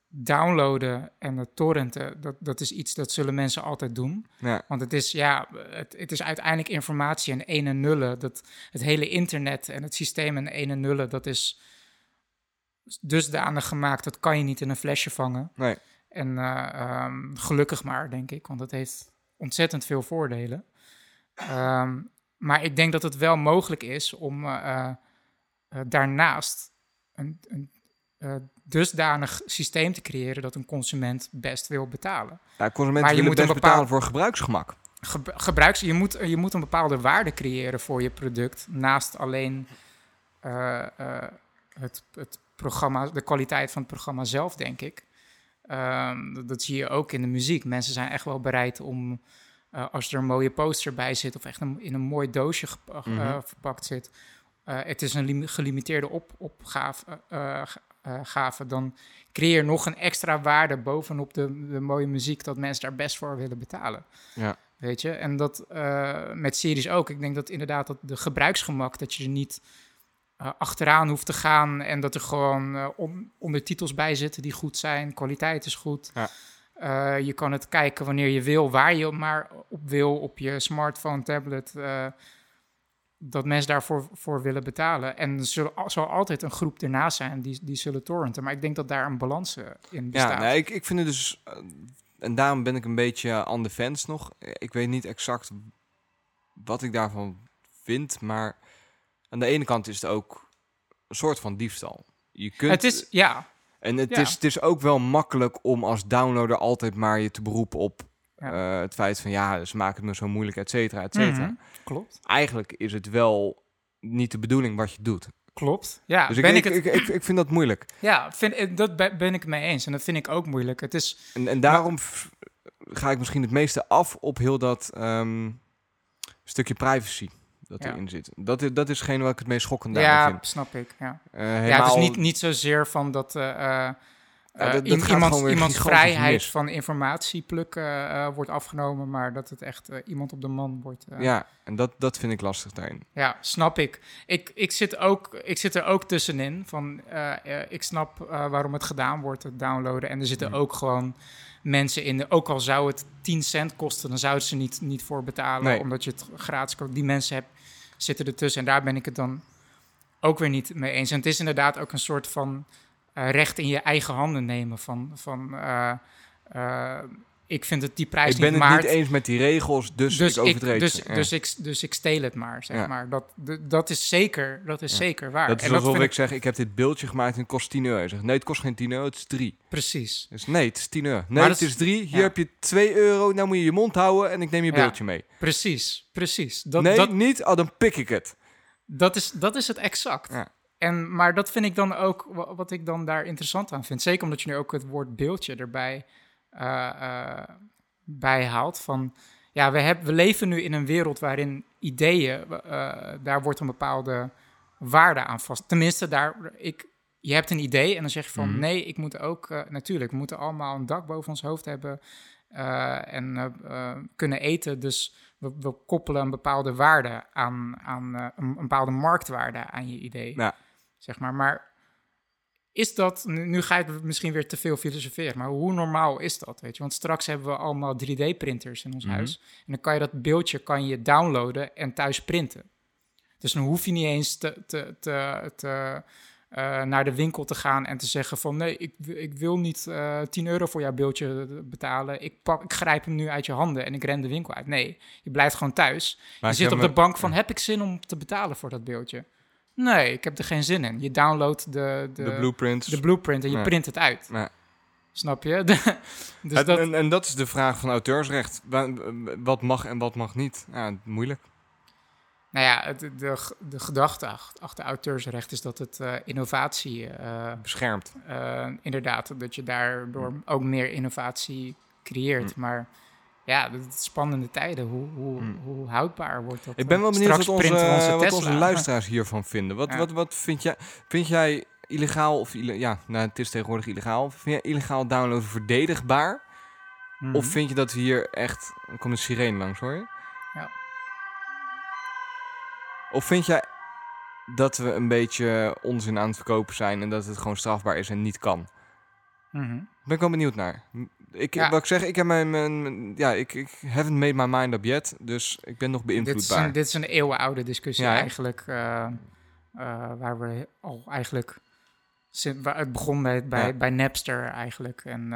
downloaden en het torrenten, dat is iets dat zullen mensen altijd doen. Ja. Want het is uiteindelijk informatie en 1 en nullen. Het hele internet en het systeem en 1 en nullen, dat is dusdanig gemaakt, dat kan je niet in een flesje vangen. Nee. En gelukkig maar, denk ik, want het heeft ontzettend veel voordelen. Maar ik denk dat het wel mogelijk is om daarnaast een dusdanig systeem te creëren dat een consument best wil betalen. Ja, consumenten Maar je willen moet best een betalen voor gebruiksgemak. Je moet een bepaalde waarde creëren voor je product, naast alleen het programma, de kwaliteit van het programma zelf, denk ik. Dat zie je ook in de muziek. Mensen zijn echt wel bereid om, als er een mooie poster bij zit of echt in een mooi doosje verpakt zit, het is een gelimiteerde opgave, dan creëer nog een extra waarde bovenop de mooie muziek, dat mensen daar best voor willen betalen. Ja. Weet je? En dat met series ook. Ik denk dat inderdaad dat de gebruiksgemak, dat je er niet achteraan hoeft te gaan en dat er gewoon ondertitels bij zitten die goed zijn, kwaliteit is goed. Ja. Je kan het kijken wanneer je wil, waar je maar op wil, op je smartphone, tablet, dat mensen daarvoor willen betalen. En er zal altijd een groep ernaast zijn die zullen torrenten. Maar ik denk dat daar een balans in bestaat. Ja, nee, ik vind het dus... en daarom ben ik een beetje on the fence nog. Ik weet niet exact wat ik daarvan vind, maar aan de ene kant is het ook een soort van diefstal. Je kunt... Het is, ja. En het is ook wel makkelijk om als downloader altijd maar je te beroepen op het feit van ze maken het me zo moeilijk, et cetera, et cetera. Mm-hmm. Klopt. Eigenlijk is het wel niet de bedoeling wat je doet. Klopt, ja. Dus ik vind dat moeilijk. Ja, dat ben ik het mee eens. En dat vind ik ook moeilijk. Het is... En daarom ga ik misschien het meeste af op heel dat stukje privacy dat erin zit. Dat is geen wat ik het meest schokkend aan vind. Ja, snap ik. Ja, helemaal... het is niet zozeer van dat iemands vrijheid van informatiepluk wordt afgenomen, maar dat het echt iemand op de man wordt. Ja, en dat vind ik lastig daarin. Ja, snap ik. Ik zit er ook tussenin. Ik snap waarom het gedaan wordt, het downloaden. En er zitten ook gewoon mensen in. Ook al zou het 10 cent kosten, dan zouden ze niet voor betalen, omdat je het gratis koopt. Die mensen zitten ertussen. En daar ben ik het dan ook weer niet mee eens. En het is inderdaad ook een soort van recht in je eigen handen nemen. Ik vind het die prijs niet waard. Ik ben het niet eens met die regels, dus ik overtreed ze. Dus ik steel het maar, zeg maar. Dat is zeker waar. Dat is alsof ik zeg, ik heb dit beeldje gemaakt en het kost €10. Je zegt, nee, het kost geen €10, het is 3. Precies. Dus nee, het is €10. Nee, het is 3. Hier heb je €2. Nou moet je je mond houden en ik neem je beeldje mee. Precies. Niet, dan pik ik het. Dat is het exact. Ja. Maar dat vind ik dan ook, wat ik dan daar interessant aan vind. Zeker omdat je nu ook het woord beeldje erbij bijhaalt. Van, we leven nu in een wereld waarin ideeën, daar wordt een bepaalde waarde aan vast. Tenminste, je hebt een idee en dan zeg je van, nee, ik moet ook, natuurlijk, we moeten allemaal een dak boven ons hoofd hebben en kunnen eten. Dus we koppelen een bepaalde waarde aan een bepaalde marktwaarde aan je idee. Ja. Zeg maar is dat, nu ga ik misschien weer te veel filosoferen, maar hoe normaal is dat, weet je? Want straks hebben we allemaal 3D-printers in ons huis. En dan kan je dat beeldje downloaden en thuis printen. Dus dan hoef je niet eens naar de winkel te gaan en te zeggen van, nee, ik wil niet €10 voor jouw beeldje betalen. Ik grijp hem nu uit je handen en ik ren de winkel uit. Nee, je blijft gewoon thuis. Maar je zit op de bank van, heb ik zin om te betalen voor dat beeldje? Nee, ik heb er geen zin in. Je downloadt de blueprint en je print het uit. Ja. Snap je? En dat is de vraag van auteursrecht. Wat mag en wat mag niet? Ja, moeilijk. Nou ja, de gedachte achter auteursrecht is dat het innovatie beschermt. Inderdaad, dat je daardoor ook meer innovatie creëert. Maar ja, het spannende tijden. Hoe houdbaar wordt dat? Ik ben wel benieuwd wat onze luisteraars hiervan vinden. Wat vind jij? Vind jij illegaal of het is tegenwoordig illegaal. Vind jij illegaal downloaden verdedigbaar? Of vind je dat we hier echt... Er komt een sirene langs, hoor je? Ja. Of vind jij dat we een beetje onzin aan het verkopen zijn en dat het gewoon strafbaar is en niet kan? Ik Ben ik wel benieuwd naar. Ja. Wat ik zeg, ik heb ik haven't made my mind up yet, dus ik ben nog beïnvloedbaar. Dit is een eeuwenoude discussie Ja, hè? eigenlijk, waar we al eigenlijk... Waar het begon bij Napster eigenlijk. En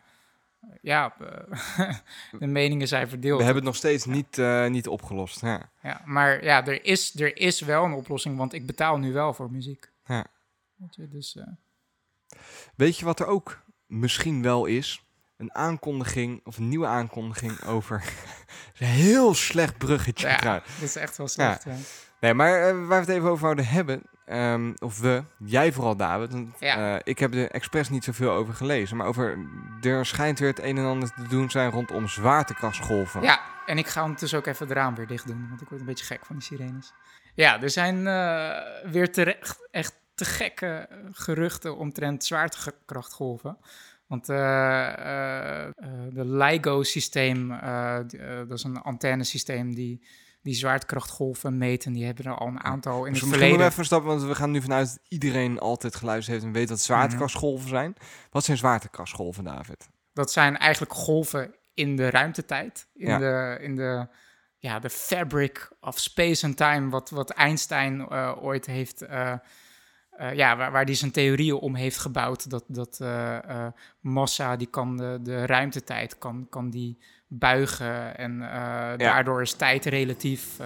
de meningen zijn verdeeld. We hebben het nog steeds niet opgelost. Ja. Ja, maar ja, er is wel een oplossing, want ik betaal nu wel voor muziek. Ja. Weet je, dus, Weet je wat er ook misschien wel is? Een aankondiging, of een nieuwe aankondiging over... een heel slecht bruggetje. ja, trouwens. dit is echt wel slecht. Ja. Nee, maar waar we het even over zouden hebben... jij vooral, David. Want, Ja. ik heb er expres niet zoveel over gelezen. Maar er schijnt weer het een en ander te doen zijn rondom zwaartekrachtsgolven. Ja, en ik ga ondertussen ook even het raam weer dicht doen, want ik word een beetje gek van die sirenes. Ja, er zijn weer terecht echt te gekke geruchten omtrent zwaartekrachtgolven. Want de LIGO-systeem, dat is een antennesysteem die zwaartekrachtgolven meten. Die hebben er al een aantal in Dus het misschien verleden. moeten we even stappen, want we gaan nu vanuit dat iedereen altijd geluisterd heeft en weet wat zwaartekrachtsgolven zijn. Wat zijn zwaartekrachtsgolven, David? Dat zijn eigenlijk golven in de ruimtetijd. In de fabric of space and time, wat Einstein ooit heeft... waar hij zijn theorieën om heeft gebouwd. Dat massa, die kan de ruimtetijd kan die buigen. En daardoor is tijd relatief.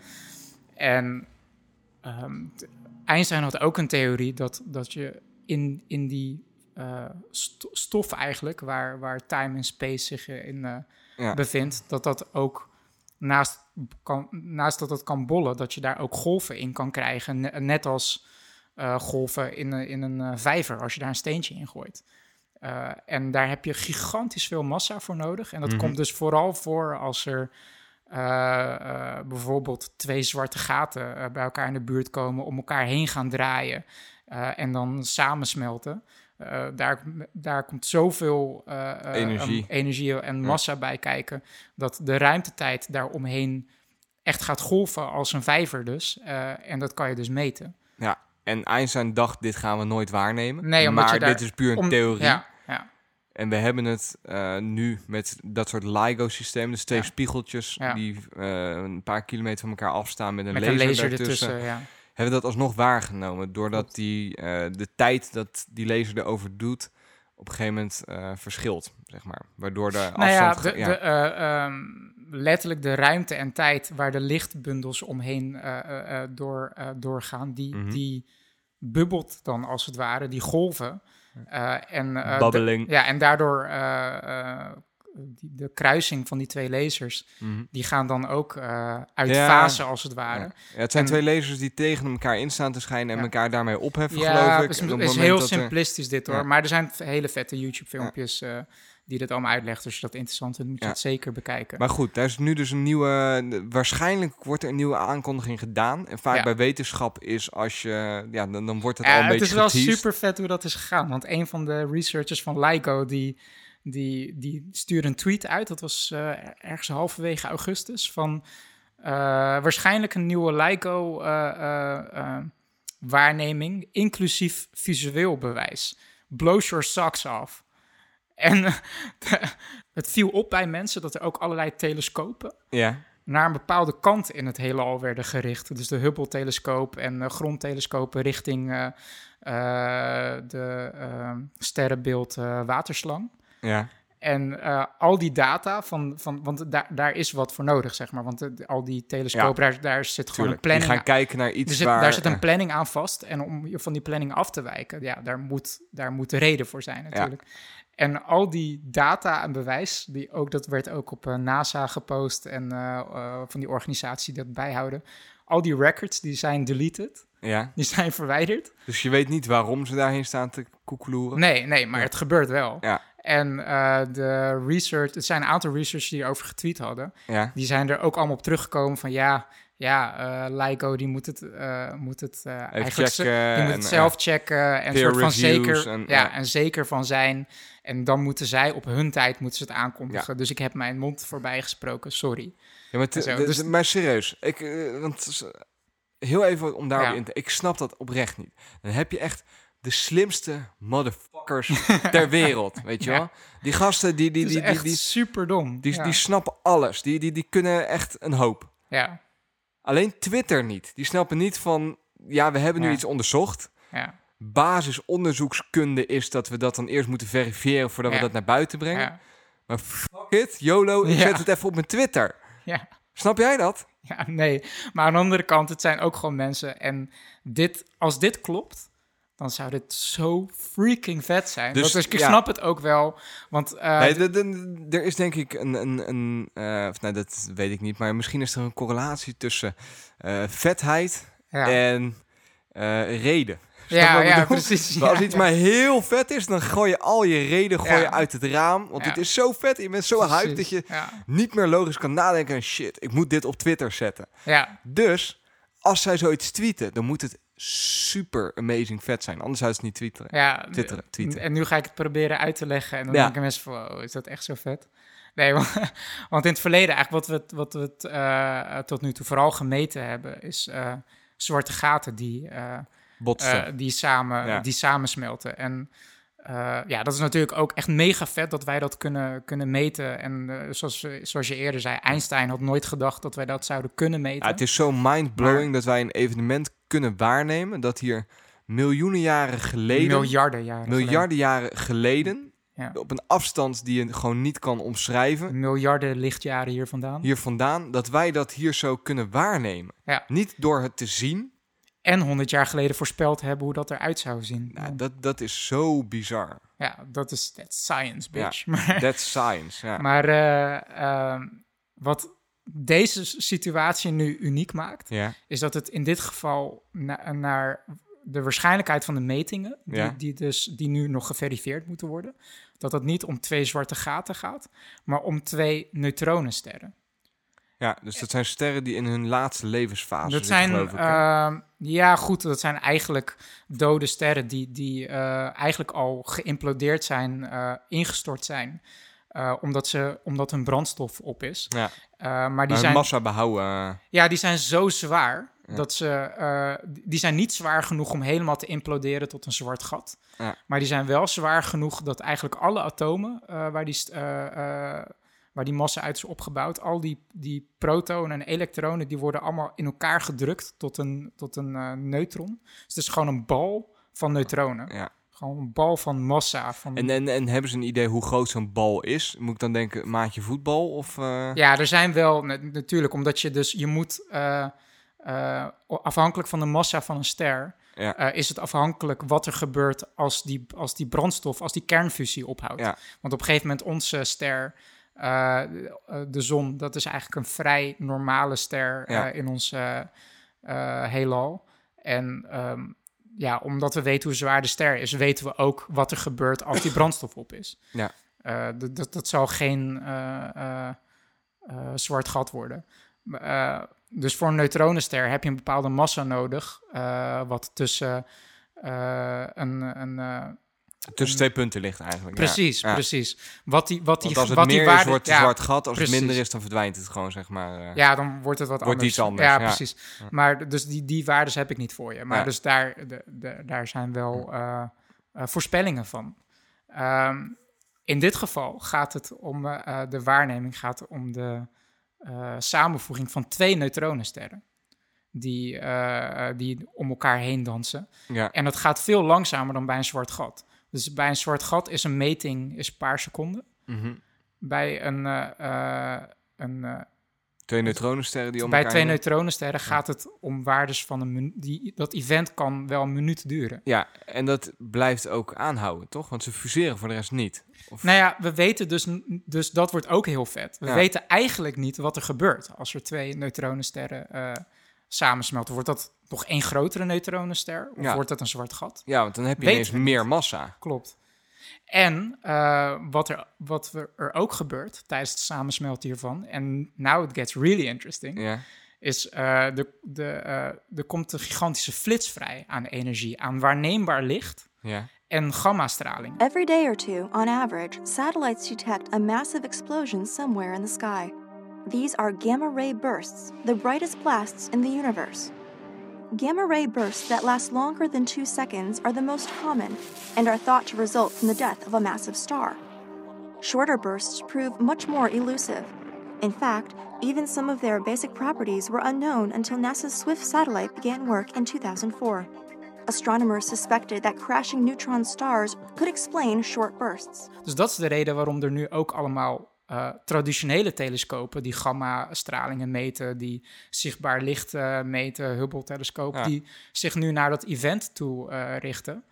Einstein had ook een theorie dat je in die stof eigenlijk, waar time en space zich in bevindt, dat ook naast dat het kan bollen, dat je daar ook golven in kan krijgen. Net als golven in een vijver, als je daar een steentje in gooit. En daar heb je gigantisch veel massa voor nodig. En dat komt dus vooral voor als er bijvoorbeeld twee zwarte gaten bij elkaar in de buurt komen, om elkaar heen gaan draaien en dan samensmelten. Daar komt zoveel energie en massa bij kijken, dat de ruimtetijd daaromheen echt gaat golven als een vijver dus. En dat kan je dus meten. Ja, en Einstein dacht, dit gaan we nooit waarnemen. Nee, maar dit is puur een theorie. Ja. En we hebben het nu met dat soort LIGO-systeem, dus twee spiegeltjes die een paar kilometer van elkaar afstaan met een laser ertussen. Hebben we dat alsnog waargenomen, doordat de tijd dat die laser erover doet op een gegeven moment verschilt, zeg maar. Waardoor de afstand... letterlijk de ruimte en tijd waar de lichtbundels omheen doorgaan, die bubbelt dan als het ware, die golven. Babbeling. En daardoor de kruising van die twee lasers, die gaan dan ook uit fase als het ware. Ja, het zijn twee lasers die tegen elkaar in staan te schijnen en elkaar daarmee opheffen, geloof ik. Het is heel simplistisch dit hoor, maar er zijn hele vette YouTube-filmpjes die dat allemaal uitlegt. Als je dat interessant vindt, moet je het zeker bekijken. Maar goed, daar is nu dus een nieuwe... Waarschijnlijk wordt er een nieuwe aankondiging gedaan. En vaak bij wetenschap is als je... Ja, dan wordt het al een beetje Het is wel geteased. super vet hoe dat is gegaan. Want een van de researchers van LIGO, die stuurde een tweet uit. Dat was ergens halverwege augustus. Van waarschijnlijk een nieuwe LIGO waarneming, inclusief visueel bewijs. Blows your socks off. En het viel op bij mensen dat er ook allerlei telescopen naar een bepaalde kant in het heelal werden gericht. Dus de Hubble-telescoop en grondtelescopen richting de sterrenbeeld Waterslang. Ja. En al die data want daar is wat voor nodig, zeg maar. Want al die telescopen, daar zit gewoon een planning. Die gaan kijken naar iets daar zit een planning aan vast. En om van die planning af te wijken, daar moet de reden voor zijn natuurlijk. Ja. En al die data en bewijs, dat werd ook op NASA gepost en van die organisatie die dat bijhouden. Al die records, die zijn deleted. Ja. Die zijn verwijderd. Dus je weet niet waarom ze daarheen staan te koekeloeren? Nee, maar het gebeurt wel. Ja. En het zijn een aantal researchers die erover getweet hadden. Ja. Die zijn er ook allemaal op teruggekomen van LIGO die moet het eigenlijk checken, die moet het zelf checken en soort van zeker en zeker van zijn. En dan moeten zij op hun tijd het aankondigen. Ja. Dus ik heb mijn mond voorbij gesproken, sorry. Ja, maar serieus, want heel even om daarop in te... Ik snap dat oprecht niet. Dan heb je echt de slimste motherfuckers ter wereld, weet je wel? Die gasten, die super dom. Die snappen alles. Die kunnen echt een hoop. Ja. Alleen Twitter niet. Die snappen niet van, we hebben nu iets onderzocht. Ja. Basisonderzoekskunde is dat we dat dan eerst moeten verifiëren voordat we dat naar buiten brengen. Ja. Maar fuck it, YOLO, ik zet het even op mijn Twitter. Ja. Snap jij dat? Ja, nee. Maar aan de andere kant, het zijn ook gewoon mensen. En als dit klopt, dan zou dit zo freaking vet zijn. Dus ik snap het ook wel. Want er is denk ik dat weet ik niet. Maar misschien is er een correlatie tussen vetheid en reden. Precies. Maar als iets maar heel vet is, dan gooi je al je reden uit het raam. Want het is zo vet. Je bent zo hyped dat je niet meer logisch kan nadenken. En shit, ik moet dit op Twitter zetten. Ja. Dus als zij zoiets tweeten, dan moet het super amazing vet zijn. Anders zou het niet tweeten. En nu ga ik het proberen uit te leggen. En dan denken mensen van, is dat echt zo vet? Nee, want in het verleden eigenlijk wat we tot nu toe vooral gemeten hebben, is zwarte gaten die samensmelten. En dat is natuurlijk ook echt mega vet dat wij dat kunnen meten. En zoals je eerder zei, Einstein had nooit gedacht dat wij dat zouden kunnen meten. Ja, het is zo mind-blowing dat wij een evenement kunnen waarnemen dat hier miljarden jaren geleden op een afstand die je gewoon niet kan omschrijven. Miljarden lichtjaren hier vandaan. Dat wij dat hier zo kunnen waarnemen. Ja. Niet door het te zien. En 100 jaar geleden voorspeld hebben hoe dat eruit zou zien. Nou, dat is zo bizar. Ja, that's science, bitch. Ja, that's science, ja. Maar wat deze situatie nu uniek maakt, is dat het in dit geval naar de waarschijnlijkheid van de metingen, die nu nog geverifieerd moeten worden, dat het niet om 2 zwarte gaten gaat, maar om 2 neutronensterren. Ja, dus dat zijn sterren die in hun laatste levensfase dat zitten, geloof ik. Dat zijn eigenlijk dode sterren die eigenlijk al geïmplodeerd zijn, ingestort zijn, omdat hun brandstof op is. Ja. Maar die zijn massa behouden. Ja, die zijn zo zwaar dat die zijn niet zwaar genoeg om helemaal te imploderen tot een zwart gat. Ja. Maar die zijn wel zwaar genoeg dat eigenlijk alle atomen waar die massa uit is opgebouwd, al die protonen en elektronen, die worden allemaal in elkaar gedrukt tot een neutron. Dus het is gewoon een bal van neutronen. Ja. Gewoon een bal van massa. En hebben ze een idee hoe groot zo'n bal is? Moet ik dan denken, maatje voetbal? Of, Ja, er zijn wel, natuurlijk, omdat je moet, afhankelijk van de massa van een ster, is het afhankelijk wat er gebeurt als die brandstof, als die kernfusie ophoudt. Ja. Want op een gegeven moment onze ster, de zon, dat is eigenlijk een vrij normale ster in ons heelal. En omdat we weten hoe zwaar de ster is, weten we ook wat er gebeurt als die brandstof op is. Ja. Dat zal geen zwart gat worden. Dus voor een neutronenster heb je een bepaalde massa nodig, wat tussen tussen 2 punten ligt eigenlijk. Precies. Want als het meer is, wordt het een zwart gat. Als het minder is, dan verdwijnt het gewoon, zeg maar. Ja, dan wordt het wat anders. Iets anders. Ja, precies. Ja. Maar dus die waardes heb ik niet voor je. Maar dus daar zijn wel voorspellingen van. In dit geval gaat het om de waarneming, gaat om de samenvoeging van 2 neutronensterren. Die om elkaar heen dansen. Ja. En dat gaat veel langzamer dan bij een zwart gat. Dus bij een zwart gat is een meting een paar seconden. Mm-hmm. Bij een 2 neutronensterren die om bij elkaar 2 neutronensterren gaat het om waardes van een minuut. Dat event kan wel een minuut duren. Ja, en dat blijft ook aanhouden, toch? Want ze fuseren voor de rest niet. Of... Nou ja, we weten dus dat wordt ook heel vet. We weten eigenlijk niet wat er gebeurt als er 2 neutronensterren samensmelten. Wordt dat nog 1 grotere neutronenster? Of wordt dat een zwart gat? Ja, want dan heb je ineens meer massa. Klopt. En wat er ook gebeurt tijdens het samensmelten hiervan, en now it gets really interesting, is er komt een gigantische flits vrij aan energie, aan waarneembaar licht en gammastraling. Every day or two, on average, satellites detect a massive explosion somewhere in the sky. These are gamma-ray bursts, the brightest blasts in the universe. gamma ray bursts that last longer than 2 seconds are the most common and are thought to result from the death of a massive star. Shorter bursts prove much more elusive. In fact, even some of their basic properties were unknown until NASA's SWIFT satellite began work in 2004. Astronomers suspected that crashing neutron stars could explain short bursts. Dus dat is de reden waarom er nu ook allemaal traditionele telescopen die gamma-stralingen meten, die zichtbaar licht meten, Hubble-telescoop, die zich nu naar dat event toe richten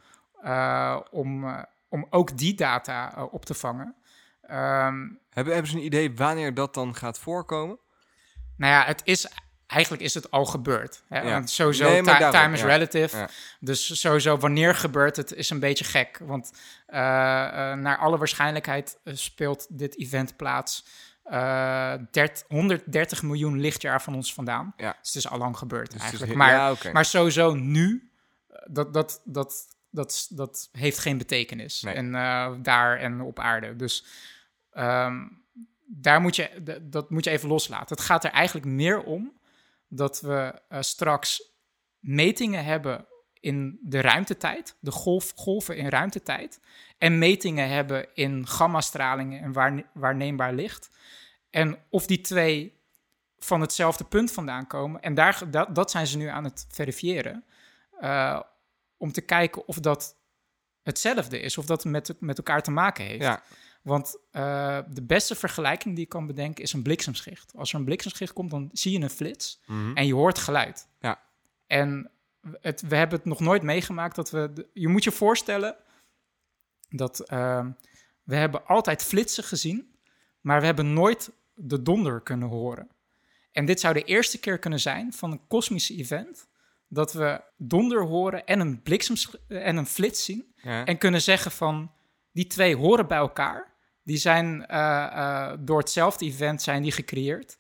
om ook die data op te vangen. Hebben ze een idee wanneer dat dan gaat voorkomen? Nou ja, eigenlijk is het al gebeurd. Hè? Ja. Want sowieso, time is relative. Ja. Dus sowieso, wanneer gebeurt het, is een beetje gek. Want naar alle waarschijnlijkheid speelt dit event plaats 130 miljoen lichtjaar van ons vandaan. Ja. Dus het is al lang gebeurd dus eigenlijk. Maar sowieso nu, dat heeft geen betekenis. Nee. En daar en op aarde. Dus dat moet je even loslaten. Het gaat er eigenlijk meer om dat we straks metingen hebben in de ruimtetijd, de golven in ruimtetijd, en metingen hebben in gammastralingen en waarneembaar licht. En of die twee van hetzelfde punt vandaan komen, en dat zijn ze nu aan het verifiëren, om te kijken of dat hetzelfde is, of dat met elkaar te maken heeft. Ja. Want de beste vergelijking die ik kan bedenken is een bliksemschicht. Als er een bliksemschicht komt, dan zie je een flits en je hoort geluid. Ja. En we hebben het nog nooit meegemaakt dat je moet je voorstellen dat we hebben altijd flitsen gezien, maar we hebben nooit de donder kunnen horen. En dit zou de eerste keer kunnen zijn van een kosmische event dat we donder horen en een flits zien en kunnen zeggen van die twee horen bij elkaar. Die zijn door hetzelfde event zijn die gecreëerd.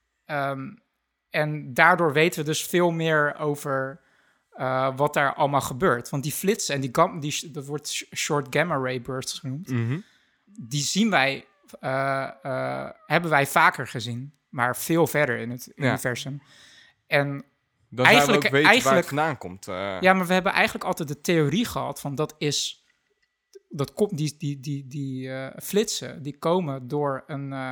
En daardoor weten we dus veel meer over wat daar allemaal gebeurt. Want die flitsen, en dat wordt short gamma ray bursts genoemd, die zien wij, hebben wij vaker gezien, maar veel verder in het universum. En dan eigenlijk ook weten waar het vandaan komt. Ja, maar we hebben eigenlijk altijd de theorie gehad van die flitsen, die komen door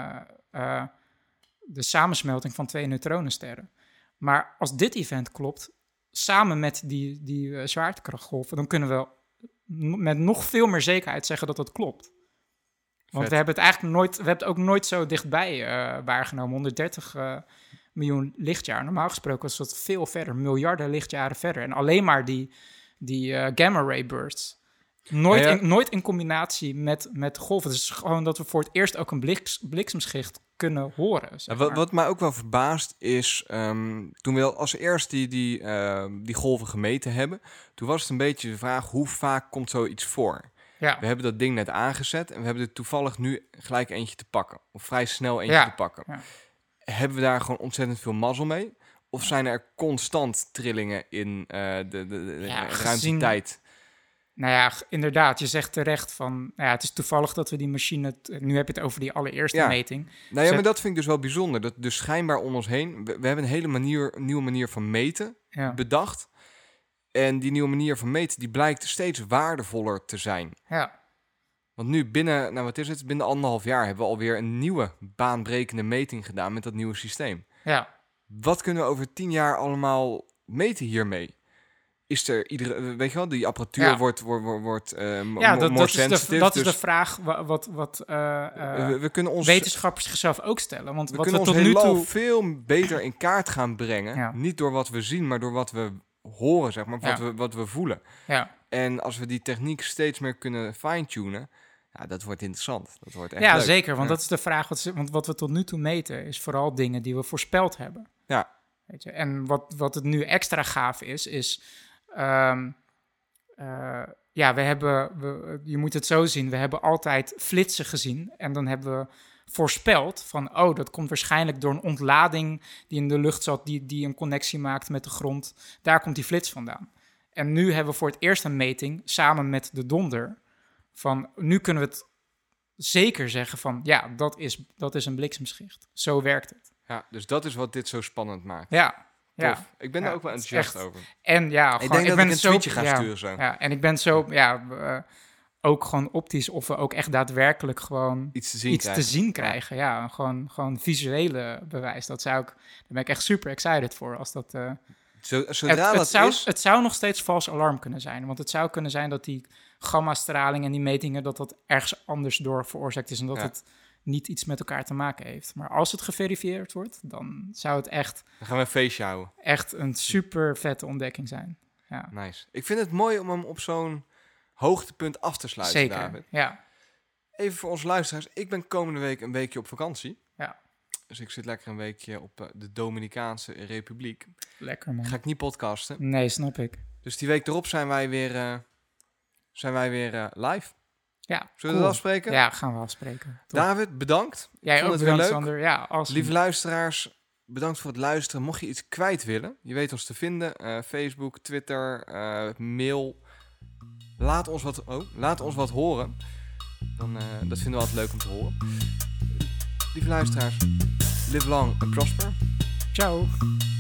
de samensmelting van twee neutronensterren. Maar als dit event klopt, samen met die zwaartekrachtgolven, dan kunnen we met nog veel meer zekerheid zeggen dat dat klopt. Want we hebben het eigenlijk het ook nooit zo dichtbij waargenomen, 130 miljoen lichtjaar. Normaal gesproken was dat veel verder, miljarden lichtjaren verder. En alleen maar die gamma ray bursts. Nooit in combinatie met golven. Dus gewoon dat we voor het eerst ook een bliksemschicht kunnen horen. Zeg maar. Wat mij ook wel verbaast is, toen we als eerst die golven gemeten hebben, toen was het een beetje de vraag, hoe vaak komt zoiets voor? Ja. We hebben dat ding net aangezet en we hebben er toevallig nu gelijk eentje te pakken. Of vrij snel eentje te pakken. Ja. Hebben we daar gewoon ontzettend veel mazzel mee? Of zijn er constant trillingen in de ruimtetijd? Nou ja, inderdaad, je zegt terecht van, het is toevallig dat we die machine, nu heb je het over die allereerste meting. Nou ja, maar dat vind ik dus wel bijzonder. Dat dus schijnbaar om ons heen, we hebben een hele nieuwe manier van meten bedacht. En die nieuwe manier van meten, die blijkt steeds waardevoller te zijn. Ja. Want nu binnen 1,5 jaar hebben we alweer een nieuwe baanbrekende meting gedaan met dat nieuwe systeem. Ja. Wat kunnen we over 10 jaar allemaal meten hiermee? Is er weet je wel, die apparatuur wordt more sensitive. Dat is de vraag wat we kunnen ons wetenschappers zichzelf ook stellen. Want we wat kunnen we ons tot nu toe veel beter in kaart gaan brengen. Ja. Niet door wat we zien, maar door wat we horen, zeg maar, wat we voelen. Ja. En als we die techniek steeds meer kunnen fine-tunen, dat wordt interessant. Dat wordt echt leuk. Zeker, want dat is de vraag. Want wat we tot nu toe meten is vooral dingen die we voorspeld hebben. Ja. Weet je? En wat het nu extra gaaf is je moet het zo zien, we hebben altijd flitsen gezien en dan hebben we voorspeld van, dat komt waarschijnlijk door een ontlading die in de lucht zat, die een connectie maakt met de grond. Daar komt die flits vandaan. En nu hebben we voor het eerst een meting samen met de donder van, nu kunnen we het zeker zeggen van, dat is een bliksemschicht. Zo werkt het. Ja, dus dat is wat dit zo spannend maakt. Ja, Ja. Tof. Ik ben Ja, er ook wel het is enthousiast echt- over. En ja, Ik gewoon, denk dat ben ik een zo, tweetje ga sturen zo. Ja, en ik ben zo, ook gewoon optisch of we ook echt daadwerkelijk gewoon Iets te zien krijgen. Ja, gewoon visuele bewijs. Daar ben ik echt super excited voor. Als dat, Zodra het zou nog steeds vals alarm kunnen zijn. Want het zou kunnen zijn dat die gamma-straling en die metingen, dat ergens anders door veroorzaakt is en dat het niet iets met elkaar te maken heeft. Maar als het geverifieerd wordt, dan zou het echt... Dan gaan we een feestje houden. Echt een super vette ontdekking zijn. Ja. Nice. Ik vind het mooi om hem op zo'n hoogtepunt af te sluiten, Zeker, David. ja. Even voor onze luisteraars. Ik ben komende week een weekje op vakantie. Ja. Dus ik zit lekker een weekje op de Dominicaanse Republiek. Lekker, man. Ga ik niet podcasten. Nee, snap ik. Dus die week erop zijn wij weer live. Ja, Zullen we dat afspreken? Ja, gaan we afspreken. Top. David, bedankt. Jij Vond ook het weer bedankt, leuk. Sander. Ja, awesome. Lieve luisteraars, bedankt voor het luisteren. Mocht je iets kwijt willen, je weet ons te vinden. Facebook, Twitter, mail. Laat ons wat horen. Dat vinden we altijd leuk om te horen. Lieve luisteraars, live long and prosper. Ciao.